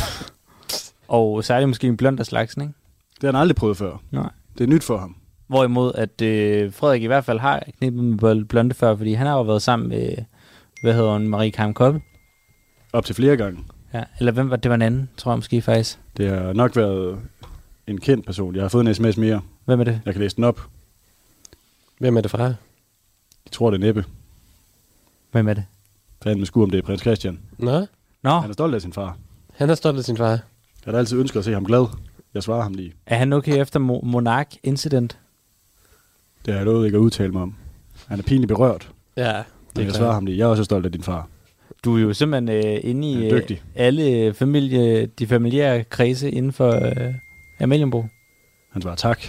S4: Og så er det måske en blond af slagsen, ikke?
S5: Det har han aldrig prøvet før.
S4: Nej.
S5: Det er nyt for ham.
S4: Hvorimod, at øh, Frederik i hvert fald har knippet med blonde før, fordi han har jo været sammen med, hvad hedder hun, Marie Karim Koppel.
S5: Op til flere gange.
S4: Ja, eller hvem var det? Var en anden, tror jeg måske faktisk.
S5: Det har nok været en kendt person. Jeg har fået en sms mere.
S4: Hvem er det?
S5: Jeg kan læse den op.
S6: Hvem er det fra?
S5: Jeg tror, det er Næppe.
S4: Hvem er det?
S5: Fanden med skur, om det er prins Christian.
S6: Nå?
S4: Nå.
S5: Han er stolt af sin far.
S6: Han er stolt af sin far.
S5: Jeg har altid ønsket at se ham glad. Jeg svarer ham lige.
S4: Er han okay efter Mo- Monark Incident?
S5: Det har jeg lovet ikke at udtale mig om. Han er pinligt berørt.
S6: Ja,
S5: det jeg svarer ham lige. Jeg er også stolt af din far.
S4: Du er jo simpelthen øh, inde i øh, alle familie, de familiære kredse inden for øh, Amalienborg.
S5: Han svarer tak.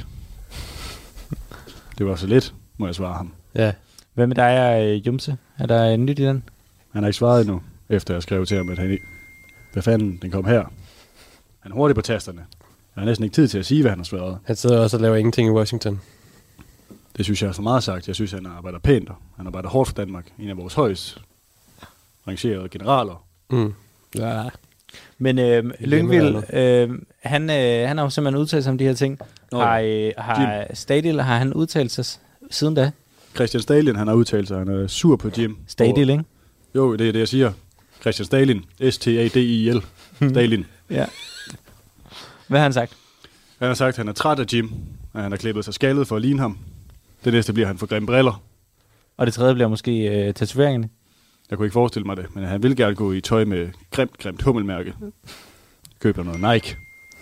S5: Det var så lidt, må jeg svare ham.
S6: Ja.
S4: Hvad med dig og øh, Jumse? Er der nyt i den?
S5: Han har ikke svaret endnu, efter jeg skrev til ham, at han ikke... Hvad fanden, den kom her. Han er hurtig på tasterne. Jeg har næsten ikke tid til at sige, hvad han har svaret.
S6: Han sidder også og laver ingenting i Washington.
S5: Det synes jeg er for meget sagt. Jeg synes, han arbejder pænt. Han arbejder hårdt for Danmark. En af vores højst rangerede generaler.
S6: Mm. Ja.
S4: Men øh, Lyngvild, øh, han, øh, han har jo simpelthen udtalt sig om de her ting. Nå, har øh, har Stadil, har han udtalt sig siden da?
S5: Christian Stalin, han har udtalt sig. Han er sur på Jim.
S4: Stadil, ikke?
S5: Jo, det er det, jeg siger. Christian Stalin. S T A D I L. Stalin.
S4: Ja. Hvad har han sagt?
S5: Han har sagt, at han er træt af Jim. Og han har klippet sig skaldet for at ligne ham. Det næste bliver han for grimme briller.
S4: Og det tredje bliver måske øh, tatoveringerne.
S5: Jeg kunne ikke forestille mig det, men han vil gerne gå i tøj med grimt, grimt hummelmærke. Køber noget Nike.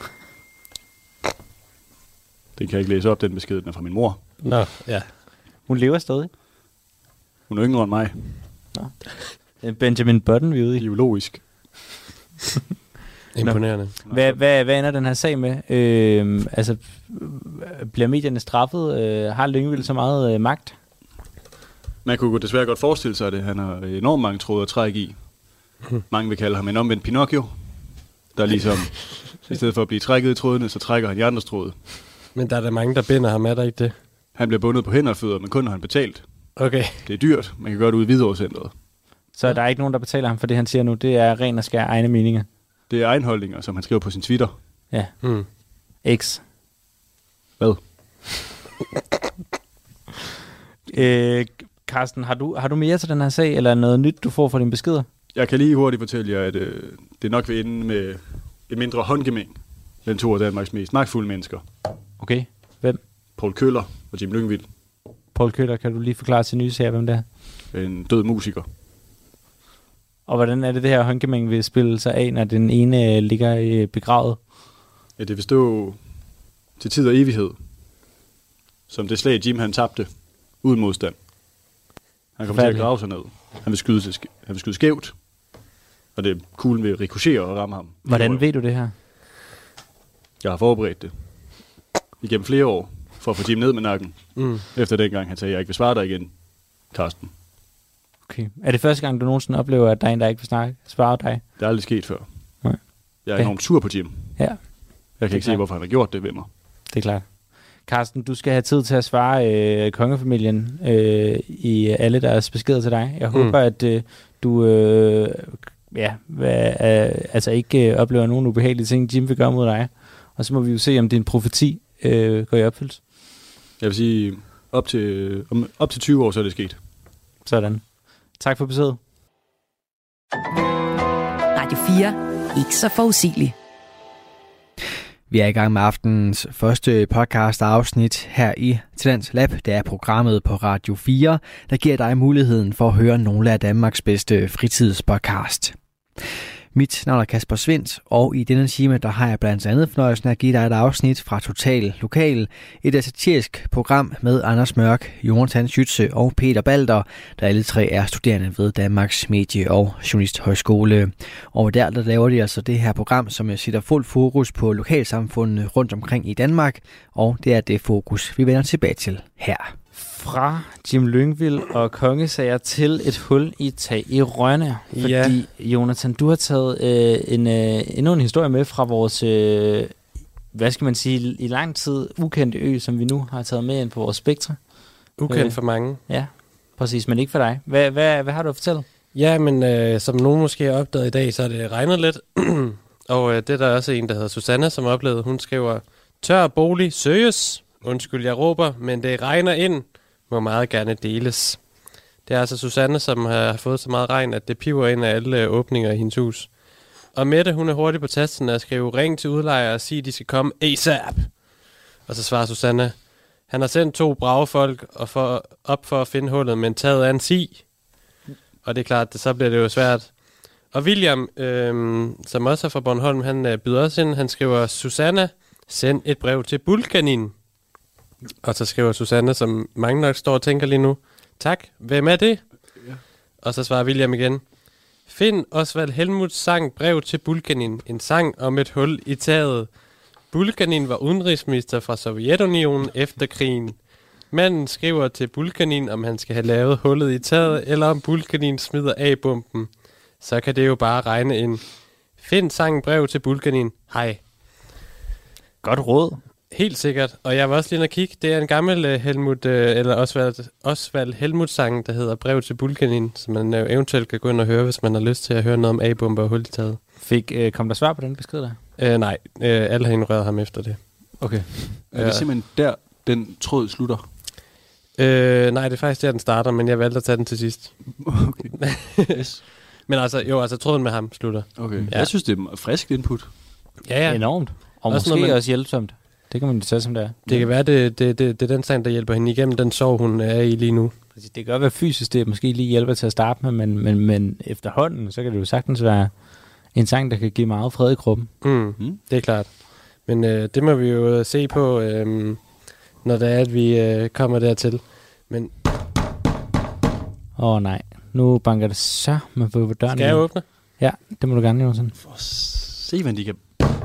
S5: Den kan jeg ikke læse op, den besked, den er fra min mor.
S6: Nå, ja.
S4: Hun lever stadig.
S5: Hun er yngre end mig.
S4: Nå. Benjamin Button, vi er ude i.
S5: Biologisk.
S6: Imponerende.
S4: Hvad, hvad, hvad ender den her sag med? Øh, altså, bliver medierne straffet? Øh, har Lyngvild så meget øh, magt?
S5: Man kunne desværre godt forestille sig det. Han har enormt mange tråde at trække i. Mange vil kalde ham en omvendt Pinocchio. Der ligesom, i stedet for at blive trækket i trådene, så trækker han i andres tråde.
S6: Men der er der mange, der binder ham, er der ikke det?
S5: Han bliver bundet på hænder og fødder, men kun når han betalt.
S6: Okay.
S5: Det er dyrt. Man kan gøre det ude i Hvidovrecentret.
S4: Så ja. Der er ikke nogen, der betaler ham for det, han siger nu. Det er ren og skær egne meninger.
S5: Det er egenholdninger, som han skriver på sin Twitter.
S4: Ja.
S6: Mm.
S4: X.
S5: Hvad?
S4: øh, Carsten, har du, har du mere til den her sag, eller noget nyt, du får fra dine beskeder?
S5: Jeg kan lige hurtigt fortælle jer, at øh, det nok vil ende med et mindre håndgemæng mellem to af Danmarks mest magtfulde mennesker.
S4: Okay. Hvem?
S5: Poul Køller og Jim Lyngvild.
S4: Poul Køller, kan du lige forklare til nye her, hvem det er?
S5: En død musiker.
S4: Og hvordan er det, det her håndgemæng vil spille sig af, når den ene ligger begravet?
S5: Ja, det vil stå til tid og evighed. Som det slag, Jim han tabte, uden modstand. Han kommer til at grave sig ned. Han vil skyde, han vil skyde skævt. Og det kuglen vil rikochere og ramme ham.
S4: Hvordan ved du det her?
S5: Jeg har forberedt det. Igennem flere år. For at få Jim ned med nakken. Mm. Efter dengang han sagde, at jeg ikke vil svare dig igen, Carsten.
S4: Okay. Er det første gang, du nogensinde oplever, at der er en, der ikke vil snakke, svare dig?
S5: Det er aldrig sket før.
S4: Nej.
S5: Jeg er
S4: okay.
S5: enormt sur på Jim.
S4: Ja.
S5: Jeg kan ikke se, hvorfor han har gjort det ved mig.
S4: Det er klart. Carsten, du skal have tid til at svare øh, kongefamilien øh, i alle deres beskeder til dig. Jeg mm. håber, at øh, du øh, ja, øh, altså ikke øh, oplever nogen ubehagelige ting, Jim vil gøre mod dig. Og så må vi jo se, om din profeti øh, går i opfyldelse.
S5: Jeg vil sige, op til, om, op til tyve år, så er det sket.
S4: Sådan. Tak for besøget.
S2: Radio fire. Ikke så forudsigeligt.
S3: Vi er i gang med aftenens første podcast afsnit her i Talents Lab. Det er programmet på Radio fire, der giver dig muligheden for at høre nogle af Danmarks bedste fritidspodcast. Mit navn er Kasper Svindt, og i denne time der har jeg blandt andet fornøjelsen af at give dig et afsnit fra Total Lokal, et satirisk program med Anders Mørk, Jonathan Schütze og Peter Balder, der alle tre er studerende ved Danmarks Medie- og Journalisthøjskole. Og der, der laver de altså det her program, som sætter fuld fokus på lokalsamfundene rundt omkring i Danmark, og det er det fokus, vi vender tilbage til her.
S4: Fra Jim Lyngvild og kongesager til et hul i tag i Rønne. Fordi,
S6: Ja.
S4: Jonathan, du har taget øh, en, øh, endnu en historie med fra vores, øh, hvad skal man sige, i lang tid ukendte ø, som vi nu har taget med ind på vores spektre.
S6: Ukendt
S4: Øh.
S6: for mange.
S4: Ja, præcis, men ikke for dig. Hvad, hvad, hvad har du at fortælle?
S6: Ja, men øh, som nogen måske har opdaget i dag, så er det regnet lidt. Og øh, det er der også en, der hedder Susanne, som har oplevet. Hun skriver, tør bolig søges. Undskyld, jeg råber, men det regner ind. Må meget gerne deles. Det er altså Susanne, som har fået så meget regn, at det piver ind af alle øh, åbninger i hendes hus. Og Mette, hun er hurtigt på tasten og skriver, ring til udlejer og sig, at de skal komme ASAP. Og så svarer Susanne, han har sendt to brave folk og for, op for at finde hullet, men taget af en si. Og det er klart, så bliver det jo svært. Og William, øhm, som også er fra Bornholm, han øh, byder også ind. Han skriver, Susanne, send et brev til Bulkanin. Og så skriver Susanne, som mange nok står og tænker lige nu, tak, hvem er det? Ja. Og så svarer William igen, find Osvald Helmuths sang Brev til Bulkanin, en sang om et hul i taget. Bulkanin var udenrigsminister fra Sovjetunionen efter krigen. Manden skriver til Bulkanin, om han skal have lavet hullet i taget, eller om Bulkanin smider A-bomben. Så kan det jo bare regne ind. Find sangen Brev til Bulkanin. Hej.
S4: Godt råd.
S6: Helt sikkert. Og jeg var også lige inde og kigge. Det er en gammel uh, Helmut, uh, eller Osvald, Osvald Helmuth-sang, der hedder Brev til Bulkanin, som man uh, eventuelt kan gå ind og høre, hvis man har lyst til at høre noget om A-bomber og hul i taget.
S4: Fik, øh, kom der svar på den besked der?
S6: Uh, nej, uh, alle har ignoreret ham efter det.
S4: Okay.
S5: Er det simpelthen der, den tråd slutter?
S6: Uh, nej, det er faktisk der, den starter, men jeg valgte at tage den til sidst.
S5: Okay.
S6: Yes. Men altså, jo, altså tråden med ham slutter.
S5: Okay.
S6: Ja.
S5: Jeg synes, det er frisk input.
S6: Ja, ja.
S4: Enormt. Og
S6: Også
S4: måske
S6: når man-
S4: også hjælpsomt. Det kan man jo tage som det er.
S6: Det kan være, det, det, det, det er den sang, der hjælper hende igennem den sorg, hun er i lige nu.
S4: Det kan godt være fysisk, det måske lige hjælper til at starte med, men, men, men efterhånden, så kan det jo sagtens være en sang, der kan give meget fred i kroppen.
S6: Mm,
S5: Mm.
S6: det er klart. Men øh, det må vi jo se på, øh, når det er, at vi øh, kommer dertil. Men
S4: Åh oh, nej, nu banker det så med på døren.
S6: skal jeg åbne?
S4: Ja, det må du gerne, Jonsen.
S5: For se, hvad de kan...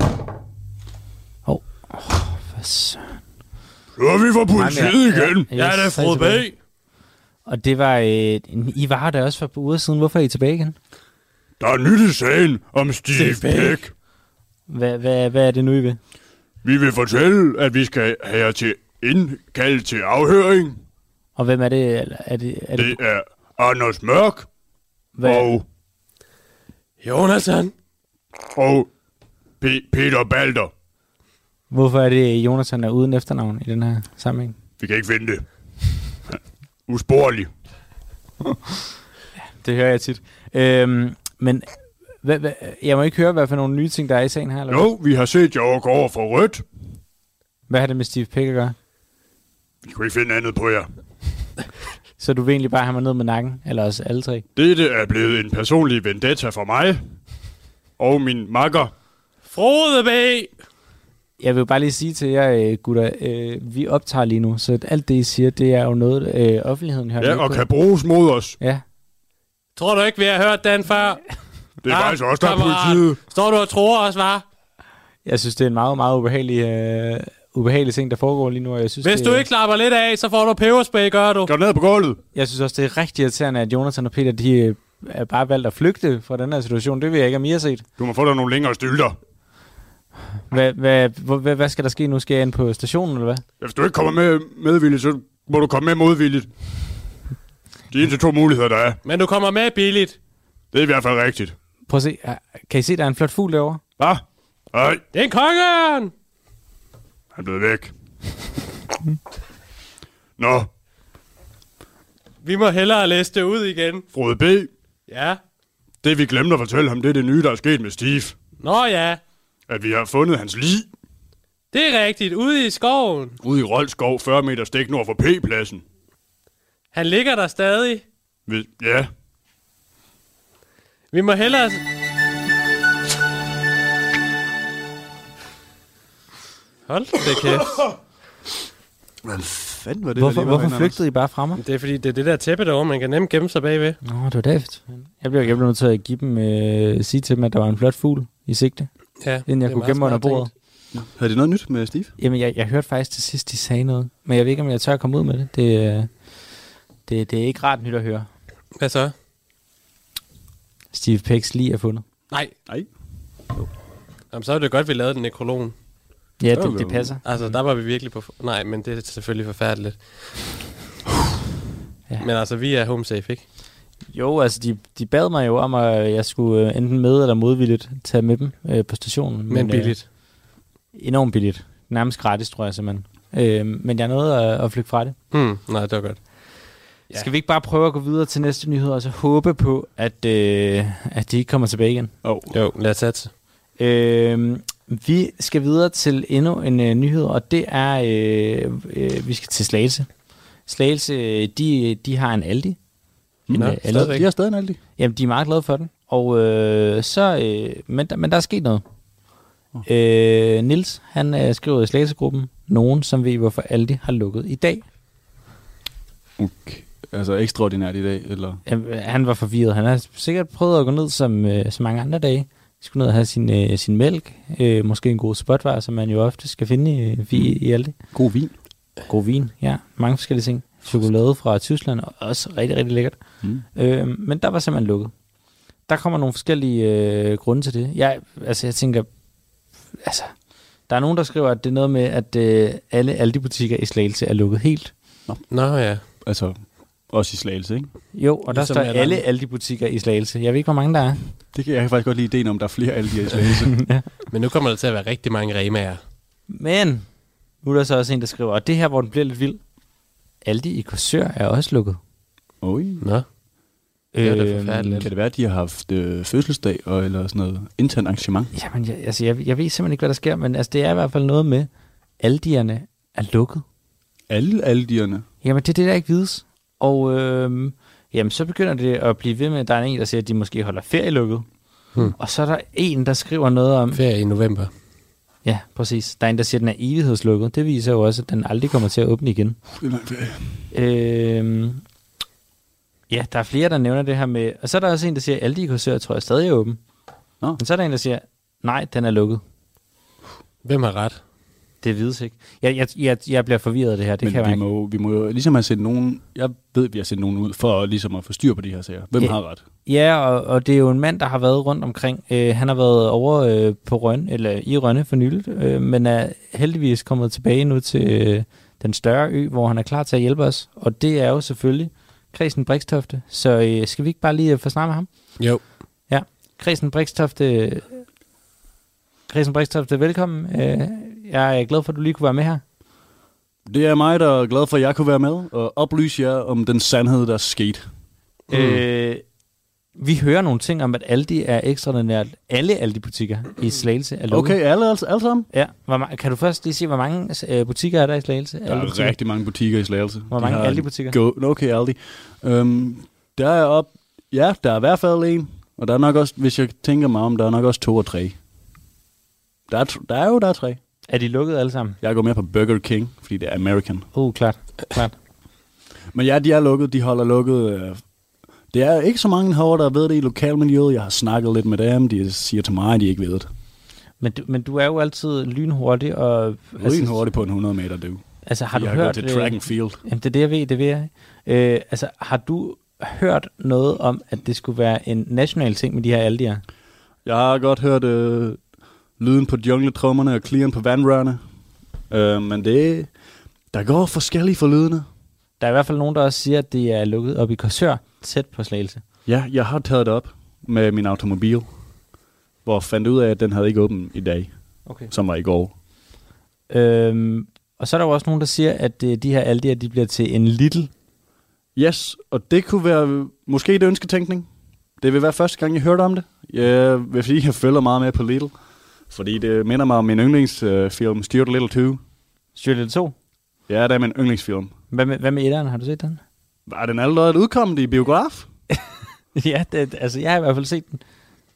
S4: Hvad så?
S5: Så er vi fra
S4: politiet igen. Ja,
S5: Ja, det er Frode Bag.
S4: Og det var, øh, I var der også for et par uger siden. Hvorfor er I tilbage igen?
S5: Der er nyt i sagen om Steve
S6: Steve
S5: Bæk.
S4: Hvad, hvad, hvad er det nu, I vil?
S5: Vi vil fortælle, at vi skal have jer til indkald til afhøring.
S4: Og hvem er det? Eller Er det, er det,
S5: Det er Anders Mørk
S4: hvad,
S5: og,
S6: Jonathan!
S5: og P- Peter Balder.
S4: hvorfor er det, Jonathan er uden efternavn i den her sammenhæng?
S5: Vi kan ikke finde det. Usporlig.
S4: Det hører jeg tit. Øhm, men hvad, hvad, jeg må ikke høre, hvad for nogle nye ting, der er i sagen her. Eller hvad?
S5: Jo, vi har set jer gå over for rødt.
S4: Hvad har det med Steve Pick at gøre?
S5: Vi kunne ikke finde andet på jer.
S4: Så du vil egentlig bare have mig ned med nakken? Eller os alle tre?
S5: Dette er blevet en personlig vendetta for mig og min makker.
S6: Frode B!
S4: Jeg vil jo bare lige sige til jer, øh, gutter, øh, vi optager lige nu, så alt det, I siger, det er jo noget, øh, offentligheden hører
S5: Ja,
S4: med
S5: og
S4: på.
S5: kan bruges mod os.
S4: Ja,
S6: Tror du ikke, vi har hørt den før?
S5: Det er
S6: Ah,
S5: faktisk også der er
S6: kammerat.
S5: politiet.
S6: Står du og tror os, var?
S4: jeg synes, det er en meget, meget ubehagelig, øh, ubehagelig ting, der foregår lige nu. Og jeg synes,
S6: Hvis
S4: det,
S6: du ikke klapper lidt af, så får du peberspray, gør du.
S5: Gå ned på gulvet.
S4: Jeg synes også, det er rigtig irriterende, at Jonathan og Peter, de øh, er bare valgt at flygte fra den her situation. Det vil jeg ikke, om I har set.
S5: Du må få dig nogle længere stylter.
S4: Hvad, hvad, hvad, hvad skal der ske nu? Skal jeg ind på stationen, eller hvad?
S5: Hvis du ikke kommer med medvilligt, så må du komme med modvilligt. De eneste to muligheder, der er.
S6: Men du kommer med billigt.
S5: Det er i hvert fald rigtigt.
S4: Prøv at se. Kan I se, der er en flot fugl derovre?
S5: Hvad? Nej,
S6: Det er en kongeørn!
S5: han er blevet væk. Nå,
S6: Vi må hellere læse det ud igen.
S5: Frode B.
S6: Ja.
S5: Det vi glemte at fortælle ham, det er det nye, der er sket med Steve.
S6: Nå ja.
S5: At vi har fundet hans lig
S6: Det er rigtigt. Ude i skoven.
S5: ude i Roldskov, fyrre meter stik nord for P-pladsen.
S6: Han ligger der stadig.
S5: Ved, ja,
S6: Vi må hellere... Hold det kæft.
S5: Hvad fanden var det?
S4: Hvorfor,
S5: der lige var
S4: hvorfor
S5: herinde,
S4: flygtede I bare fra mig?
S6: Det er fordi, det er det der tæppe derovre, man kan nemt gemme sig bagved.
S4: Nå, det var David. Jeg blev, jeg blev nødt til at give dem, øh, sige til dem, at der var en flot fugl i sigte,
S6: Ja,
S4: inden jeg kunne gemme mig under bordet.
S5: Anders? Havde det noget nyt med Steve?
S4: Jamen, jeg, jeg hørte faktisk til sidst, de sagde noget. Men jeg ved ikke, om jeg tør at komme ud med det. Det, øh, det, det er ikke rart nyt at høre.
S6: Hvad så?
S4: Steve Pecks lige er fundet.
S6: Nej.
S5: Nej.
S6: Jamen, så er det godt, vi lavede den nekrologen.
S4: Ja,
S5: Så
S4: det,
S5: er
S4: det
S5: vi-
S4: passer.
S6: Altså, der var vi virkelig på... Nej, men det er selvfølgelig forfærdeligt.
S4: Ja.
S6: Men altså, vi er home safe, ikke?
S4: Jo, altså, de, de bad mig jo om, at jeg skulle øh, enten med- eller modvilligt tage med dem øh, på stationen.
S6: Men billigt.
S4: Øh, enormt billigt. Nærmest gratis, tror jeg simpelthen. Øh, men jeg nåede at, at flygte fra det.
S6: Hmm, nej, det var godt.
S4: Ja. Skal vi ikke bare prøve at gå videre til næste nyhed, og så håbe på, at, øh, at de ikke kommer tilbage igen?
S5: Oh.
S6: Jo, lad os satse.
S4: Øh, vi skal videre til endnu en øh, nyhed, og det er, øh, øh, vi skal til Slagelse. Slagelse, de, de har en Aldi. En,
S6: Nå,
S4: øh, Aldi.
S6: stadigvæk.
S5: De har stadig en Aldi.
S4: Jamen, de er meget glade for den. Og øh, så, øh, men, der, men der er sket noget.
S5: Oh.
S4: Øh, Nils, han øh, skriver i Slagelsegruppen, nogen som ved, hvorfor Aldi har lukket i dag.
S5: Okay. Altså ekstraordinært i dag, eller?
S4: Øh, han var forvirret. Han har sikkert prøvet at gå ned som, øh, som mange andre dage. Skulle ned og have sin, øh, sin mælk. Øh, måske en god spotvarer, som man jo ofte skal finde i, i, i Aldi.
S5: God vin.
S4: God vin, ja. Mange forskellige ting. Chokolade fra Tyskland, og også rigtig, rigtig lækkert.
S5: Mm.
S4: Øh, men der var simpelthen lukket. Der kommer nogle forskellige øh, grunde til det. Jeg, altså, jeg tænker, altså, der er nogen, der skriver, at det er noget med, at øh, alle Aldi-butikker i Slagelse er lukket helt.
S6: Nå ja.
S5: Altså, også i Slagelse, ikke?
S4: Jo, og der
S6: Ligesom
S4: står
S6: alle
S4: alle
S6: andre.
S4: Aldi-butikker i Slagelse. Jeg ved ikke, hvor mange der er.
S5: Det kan jeg kan faktisk godt lide ideen om, der er flere Aldi'er i Slagelse.
S4: Ja.
S6: Men nu kommer der til at være rigtig mange Remaer.
S4: Men nu er der så også en, der skriver, og det her, hvor den bliver lidt vild. Aldi i Korsør er også lukket.
S5: Oj.
S6: Nå. Det er da
S4: Øhm,
S6: forfærdeligt.
S5: Kan det være, at de har haft øh, fødselsdag og, eller sådan noget internt arrangement?
S4: Jamen, jeg, altså, jeg, jeg ved simpelthen ikke, hvad der sker, men altså, det er i hvert fald noget med, Aldierne er lukket.
S5: Alle Aldi'erne?
S4: Jamen, det er det, der ikke vides. Og øhm, jamen, så begynder det at blive ved med, at der er en, der siger, at de måske holder ferie lukket.
S6: Hmm.
S4: Og så er der en, der skriver noget om...
S6: Ferie i november.
S4: Ja, præcis. Der er en, der siger, at den er evighedslukket. Det viser jo også, at den aldrig kommer til at åbne igen. Øhm, ja, der er flere, der nævner det her med... Og så er der også en, der siger, at Aldi i Korsør, tror jeg, stadig er åben.
S5: Nå.
S4: Men så er der en, der siger, nej, den er lukket.
S6: Hvem har ret?
S4: Det vides ikke. Jeg, jeg, jeg, jeg bliver forvirret af det her. Det
S5: Men
S4: kan jeg
S5: vi
S4: ikke.
S5: må, vi må jo ligesom have sendt nogen... Jeg ved, vi har sendt nogen ud for ligesom at få styr på de her sager. Hvem
S4: Ja.
S5: har ret?
S4: Ja, og, og det er jo en mand, der har været rundt omkring. Øh, han har været over øh, på Rønne, eller i Rønne for nyligt, øh, men er heldigvis kommet tilbage nu til øh, den større ø, hvor han er klar til at hjælpe os. Og det er jo selvfølgelig Kristen Brikstofte. Så øh, skal vi ikke bare lige øh, få snakket med ham?
S6: Jo.
S4: Ja, Kristen Brikstofte. Kristen Brikstofte, velkommen. Øh, jeg er glad for, at du lige kunne være med her.
S5: Det er mig, der er glad for, at jeg kunne være med og oplyse jer om den sandhed, der er sket.
S4: Mm. Øh, vi hører nogle ting om, at Aldi er ekstraordinært. Alle Aldi-butikker i Slagelse er lukket.
S5: Okay, alle, alle, alle sammen?
S4: Ja, hvor ma- kan du først lige sige, hvor mange øh, butikker er der i Slagelse?
S5: Der er rigtig mange butikker i Slagelse.
S4: Hvor mange Aldi-butikker?
S5: Go- okay, Aldi. Um, der er op... Ja, der er i hvert fald en. Og der er nok også, hvis jeg tænker mig om, der er nok også to og tre. Der er, der er jo der er tre.
S4: Er de lukket alle sammen?
S5: Jeg går med på Burger King, fordi det er American.
S4: Uh, klart. klart.
S5: Men ja, de er lukket. De holder lukket. Det er ikke så mange herovre, der ved det i lokalmiljøet. Jeg har snakket lidt med dem. De siger til mig, at de ikke ved det.
S4: Men du, men du er jo altid lynhurtig. Og,
S5: Rydden hurtigt på en hundrede meter, du.
S4: Altså, har
S5: jeg
S4: du
S5: har
S4: hørt...
S5: gået til track and field.
S4: Øh, jamen, det er det, jeg ved. Det ved jeg. Øh, altså, har du hørt noget om, at det skulle være en national ting med de her Aldi'er?
S5: Jeg har godt hørt øh, lyden på jungletrummerne og klirren på vandrørene. Øh, men det... Der går forskellige for lydene.
S4: Der er i hvert fald nogen, der også siger, at det er lukket op i Korsør, tæt på Slagelse.
S5: Ja, jeg har taget det op med min automobil, hvor jeg fandt ud af, at den havde ikke åben i dag,
S4: Okay.
S5: som var i går.
S4: Øhm, og så er der jo også nogen, der siger, at øh, de her Aldi'er, de bliver til en Lidl.
S5: Yes, og det kunne være måske et ønsketænkning. Det vil være første gang, jeg hørte om det. Jeg vil fordi, jeg følger meget med på Lidl. Fordi det minder mig om min yndlingsfilm, uh, Stuart Little to.
S4: Stuart Little to?
S5: Ja, det er min yndlingsfilm.
S4: Hvad med, hvad med etteren? Har du set den?
S5: Var den allerede udkommet i biograf?
S4: Ja, det, altså jeg har i hvert fald set den.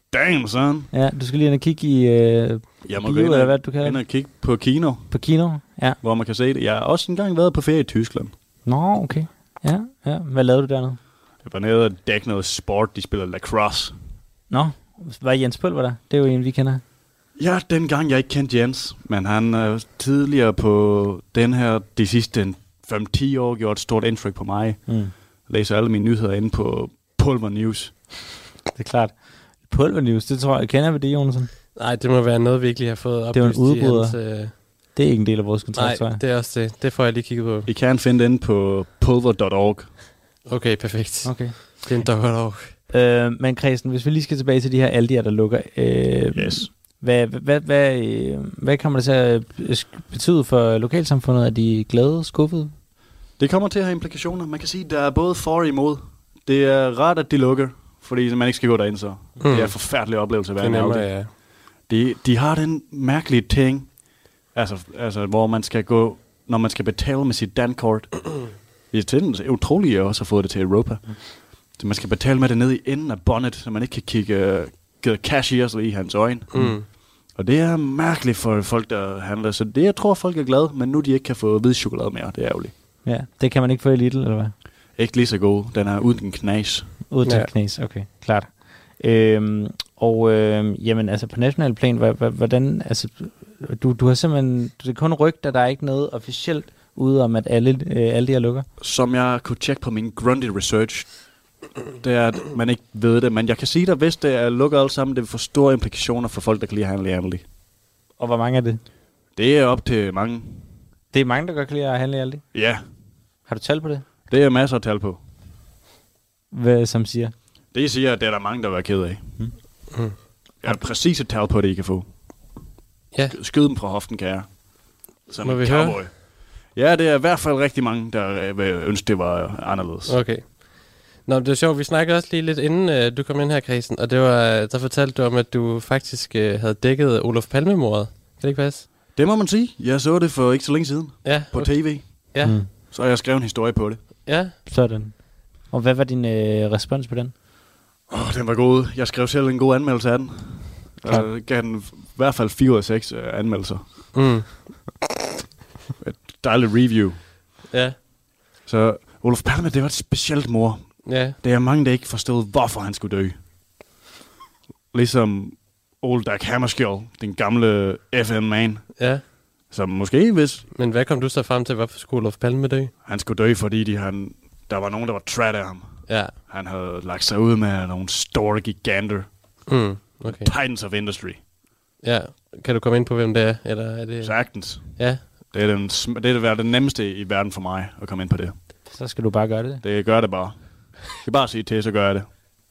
S5: Damn, son.
S4: Ja, du skal lige ind og kigge i øh,
S5: Jeg må
S4: bio,
S5: gå ind
S4: eller
S5: og,
S4: hvad du kan.
S5: ind og kigge på kino,
S4: På kino, ja.
S5: hvor man kan se det. Jeg har også engang været på ferie i Tyskland.
S4: Nå, okay. Ja, ja. Hvad lavede du dernede?
S5: Jeg var nede og dække noget sport. De spiller lacrosse.
S4: Nå, var Jens Pølver der? Det er jo en, vi kender.
S5: Ja, dengang jeg ikke kendte Jens, men han er tidligere på den her, de sidste fem til ti år, gjort et stort indtryk på mig.
S4: Mm.
S5: Jeg læser alle mine nyheder inde på Pulver News.
S4: Det er klart. Pulver News, det tror jeg, kender vi det, Jonathan?
S6: Nej, det må være noget, vi ikke lige har fået oplyst.
S4: Det er jo en udbryder.
S6: Hans, øh...
S4: Det er ikke en del af vores kontrakt,
S6: Nej,
S4: tror jeg.
S6: det er også det. Det får jeg lige kigget på.
S5: I kan finde den på pulver punktum org.
S6: Okay, perfekt.
S4: Okay.
S6: Det er en dog.
S4: Øh, men Christian, hvis vi lige skal tilbage til de her Aldi'er, der lukker. Øh,
S5: Yes.
S4: Hvad, hvad, hvad, øh, hvad kommer det til at betyde for lokalsamfundet? Er de glade, skuffede?
S5: Det kommer til at have implikationer. Man kan sige, at der er både for og imod. Det er rart, at de lukker, fordi man ikke skal gå derind så. Mm. Det er en forfærdelig oplevelse at være
S6: Det er nemmere,
S5: Aldi.
S6: ja.
S5: De, de har den mærkelige ting, altså, altså hvor man skal gå, når man skal betale med sit dankort. Det er utroligt, at jeg også har fået det til Europa. Så man skal betale med det nede i enden af bonnet, så man ikke kan kigge uh, cashiers i hans øjne.
S6: Mm.
S5: Og det er mærkeligt for folk, der handler. Så det, jeg tror, folk er glade, men nu de ikke kan få hvid chokolade mere. Det er ærgerligt.
S4: Ja, det kan man ikke få i Lidl, eller hvad?
S5: Ikke lige så god. Den er uden knas.
S4: Uden til
S6: Ja.
S4: knæs, okay, klart. Øhm, og øh, jamen, altså på national plan, hvordan, altså, du, du har simpelthen, det er kun rygter, der er ikke noget officielt ude om, at alle, øh, alle de her lukker?
S5: Som jeg kunne tjekke på min grundig research, det er, at man ikke ved det, men jeg kan sige dig, hvis det er lukket alle sammen, det vil få store implikationer for folk, der kan lide at handle i Aldi.
S4: Og hvor mange er det?
S5: Det er op til mange.
S4: Det er mange, der godt kan lide at handle i Aldi.
S5: Ja,
S4: Har du tal på det?
S5: det er masser at tale på.
S4: Hvad som siger?
S5: Det siger, at det er der mange, der vil være ked af.
S6: Mm.
S5: Jeg har præcis et tal på det, I kan få.
S6: Ja.
S5: Skyd dem fra hoften, kan jeg. Som
S6: Må
S5: en
S6: vi
S5: cowboy.
S6: høre?
S5: Ja, det er i hvert fald rigtig mange, der vil ønske, det var anderledes.
S6: Okay. Nå, det er sjovt. Vi snakkede også lige lidt inden øh, du kom ind her, Christian, og det var, der fortalte du om, at du faktisk øh, havde dækket Olof Palme-mordet. Kan det ikke passe?
S5: Det må man sige. Jeg så det for ikke så længe siden
S6: Ja.
S5: på tv.
S6: Ja.
S4: Mm.
S5: Så har jeg skrevet en historie på det.
S6: Ja.
S4: Sådan. Og hvad var din øh, respons på den?
S5: Åh, oh, den var god. Jeg skrev selv en god anmeldelse af den.
S4: Klart.
S5: Og gav den i hvert fald fire ud af seks uh, anmeldelser.
S6: Mm.
S5: Et dejligt review.
S6: Ja.
S5: Så Olof Palme, det var et specielt mor.
S6: Ja.
S5: Det er mange, der ikke forstod, hvorfor han skulle dø. Ligesom Old Dag Hammarskjöld, den gamle F N-man.
S6: Ja.
S5: Som måske, hvis
S6: Men hvad kom du så frem til, hvorfor skulle Olof Palme dø?
S5: han skulle dø, fordi de, han, der var nogen, der var træt af ham.
S6: Ja.
S5: Han havde lagt sig ud med nogle store giganter.
S6: Mm. Okay.
S5: Titans of Industry.
S6: Ja. Kan du komme ind på, hvem det er? Eller er det...
S5: Sagtens.
S6: Ja.
S5: Det er, den, sm- det er det, det nemmeste i verden for mig at komme ind på det.
S4: Så skal du bare gøre det.
S5: Det gør det bare. Jeg kan bare sige til, så gør jeg det.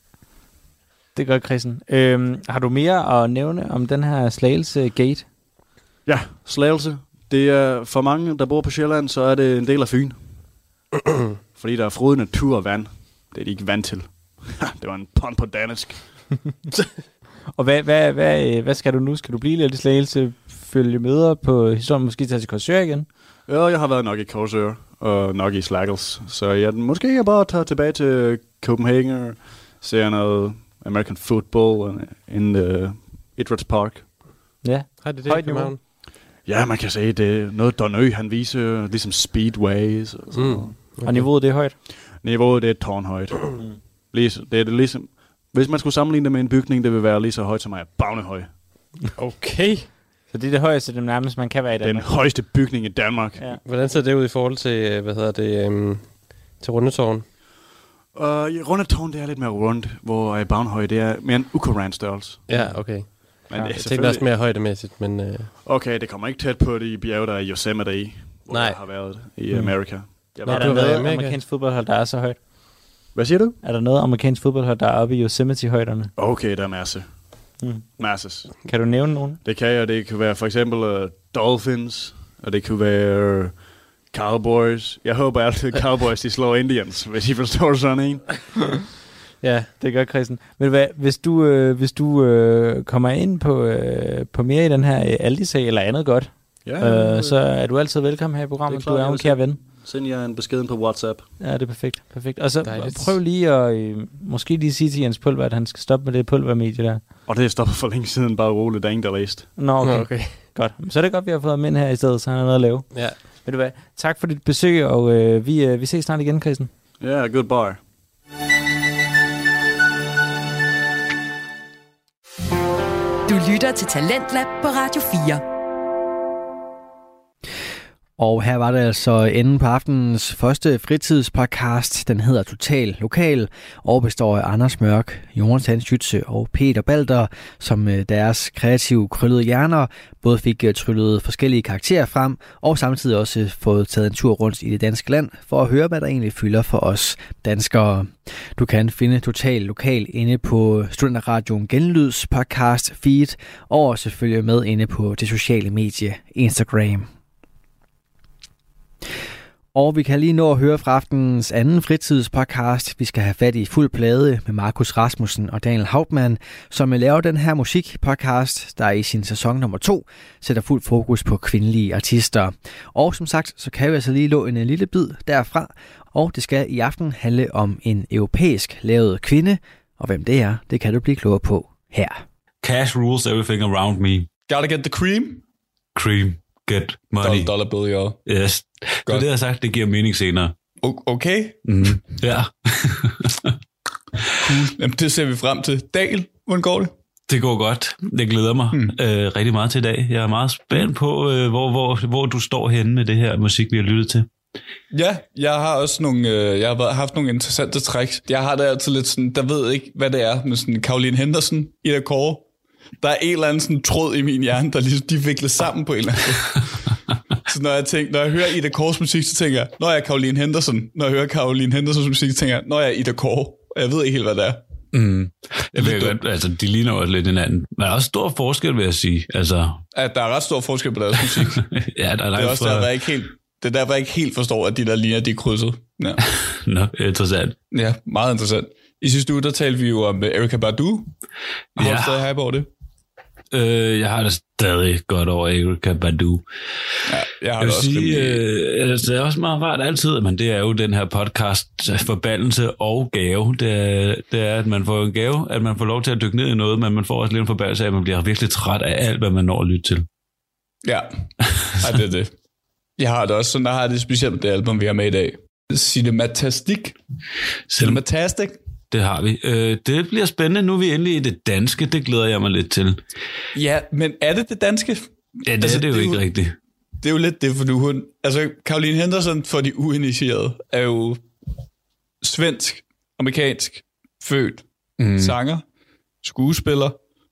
S4: Det gør Christian. Øhm, har du mere at nævne om den her Slagelse Gate?
S5: Ja, Slagelse. Det er for mange, der bor på Sjælland, så er det en del af Fyn. Fordi der er frodig natur og vand. Det er de ikke vant til. Det var en pond på dansk.
S4: Og hvad, hvad, hvad, hvad skal du nu? Skal du blive lidt i Slagelse? Følge møder på historien? Måske tage til Korsør igen?
S5: Ja, jeg har været nok i Korsør og nok i Slagelse. Så jeg, måske jeg bare tager tilbage til Copenhagen og ser noget American football in the idrætspark.
S4: Ja.
S6: Har det det
S4: Højt
S6: i København?
S5: Ja, man kan sige, det er noget Donø, han viser, ligesom speedways og sådan
S6: Mm.
S5: noget.
S6: Okay.
S4: Og niveauet det er højt?
S5: Niveauet, det er tårnhøjt. Ligesom, det er det ligesom, hvis man skulle sammenligne det med en bygning, det vil være lige så højt som mig, Bagnehøj.
S6: Okay.
S4: Så det er det højeste, det nærmest man kan være i
S5: Den
S4: Danmark.
S5: højeste bygning i Danmark.
S4: Ja.
S6: Hvordan ser det ud i forhold til, øh, hvad hedder det, um, til Rundetårn?
S5: Og i Rundetårn, det er lidt mere rundt, hvor i Bagnehøj, det er mere en ukoran størrelse.
S6: Ja, okay.
S5: Men
S4: Ja,
S5: det er
S6: Jeg tænkte også
S5: selvfølgelig...
S6: mere højdemæssigt, men... Øh,
S5: Okay, det kommer ikke tæt på de bjerge, der er i Yosemite, hvor
S6: Nej.
S5: jeg har været i
S4: Mm.
S5: Amerika. Jeg
S6: Nå,
S5: var...
S4: Er
S6: du
S4: der
S6: har været i
S4: noget
S6: Amerika?
S4: amerikansk fodboldhold, der er så højt?
S5: Hvad siger du?
S4: Er der noget amerikansk fodboldhold, der er oppe i Yosemite-højderne?
S5: Okay, der er masse.
S4: Mm.
S5: Masses.
S4: Kan du nævne nogen?
S5: Det kan jeg. Det kan være for eksempel uh, Dolphins, og det kunne være uh, Cowboys. Jeg håber altid, at Cowboys de slår Indians, hvis I forstår sådan en.
S6: ja,
S4: Det gør Christian. Men hvad, hvis du, øh, hvis du øh, kommer ind på, øh, på mere i den her øh, Aldi-sag, eller andet godt,
S5: Ja,
S4: øh, så er du altid velkommen her i programmet.
S5: Det er klart,
S4: Du er jo
S5: jeg
S4: en
S5: vil
S4: kær ven.
S5: Send jer en besked på WhatsApp.
S4: Ja, det er perfekt. perfekt. Og så
S6: Dejligt.
S4: prøv lige at øh, måske lige sige til Jens Pulver, at han skal stoppe med det pulvermedie der.
S5: Og det er stoppet for længe siden, bare roligt. Der er ingen, der læst.
S4: Nå, okay.
S6: Nå, okay.
S4: Godt. Så er det godt, vi har fået ham ind her i stedet, så han har noget at lave.
S6: Ja.
S4: Ved du hvad? Tak for dit besøg, og øh, vi, øh, vi ses snart igen, Christian.
S5: Ja, yeah, goodbye.
S2: Du lytter til Talentlab på Radio fire.
S3: Og her var det altså enden på aftenens første fritidspodcast. Den hedder Total Lokal og består af Anders Mørk, Jonathan Schütze og Peter Balder, som deres kreative krøllede hjerner både fik tryllet forskellige karakterer frem og samtidig også fået taget en tur rundt i det danske land for at høre, hvad der egentlig fylder for os danskere. Du kan finde Total Lokal inde på Studenterradioen Genlyds podcast feed og selvfølgelig med inde på det sociale medie Instagram. Og vi kan lige nå at høre fra aftenens anden fritidspodcast. Vi skal have fat i Fuld Plade med Markus Rasmussen og Daniel Hauptmann, som laver den her musikpodcast, der i sin sæson nummer to sætter fuld fokus på kvindelige artister. Og som sagt, så kan vi altså lige lå en lille bid derfra, og det skal i aften handle om en europæisk lavet kvinde, og hvem det er, det kan du blive klogere på her.
S7: Cash rules everything around me.
S8: Gotta get the cream.
S7: Cream. Get money.
S8: Dollar, dollar bill, y'all.
S7: Yes. Det er det, jeg har sagt. Det giver mening senere.
S8: O- okay.
S7: Mm. Ja.
S8: Cool. Jamen, det ser vi frem til. Daniel, hvordan går det?
S7: Det går godt. Det glæder mig mm. øh, rigtig meget til i dag. Jeg er meget spændt på, øh, hvor, hvor, hvor du står henne med det her musik, vi har lyttet til.
S8: Ja, jeg har også nogle, øh, jeg har haft nogle interessante tracks. Jeg har det altid lidt sådan, der ved ikke, hvad det er, med sådan Caroline Henderson, Ida Kåre. Der er en eller anden sådan tråd i min hjerne, der ligesom, de vikler sammen på en eller anden måde. Så når jeg, tænker, når jeg hører Ida Kåres musik, så tænker jeg, når jeg er Caroline Henderson. Når jeg hører Caroline Hendersons musik, så tænker jeg, når jeg er Ida Kåre. Og jeg ved ikke helt, hvad det er.
S7: Mm. Jeg ved godt, altså, de ligner også lidt hinanden. Men der er også stor forskel, vil jeg sige. Altså...
S8: At der er ret stor forskel på deres musik.
S7: Ja, der er,
S8: det er også der, der ikke helt... Det er derfor, jeg ikke helt forstår, at de der ligner, de er krydset. Ja.
S7: Nå, interessant.
S8: Ja, meget interessant. I sidste uge, der talte vi jo om Erykah Badu. Har
S7: ja.
S8: du stadig hype over det?
S7: Øh, jeg har det stadig godt over Erykah Badu.
S8: Ja, jeg har
S7: jeg
S8: det også
S7: sige, øh, altså, det er også meget rart altid, men det er jo den her podcast forbandelse og gave. Det er, det er, at man får en gave, at man får lov til at dykke ned i noget, men man får også lidt en forbandelse af, at man bliver virkelig træt af alt, hvad man når at lytte til.
S8: Ja, ej, det er det. Jeg har det også, sådan der har det specielt med det album, vi har med i dag. Cinematastic. Cinematastic.
S7: Det har vi. Øh, det bliver spændende. Nu er vi endelig i det danske. Det glæder jeg mig lidt til.
S8: Ja, men er det det danske?
S7: Ja, det, altså, det er jo det er ikke jo, rigtigt.
S8: Det er jo lidt det, for nu hun... Altså, Caroline Henderson for de uinitierede er jo svensk, amerikansk, født, mm. sanger, skuespiller,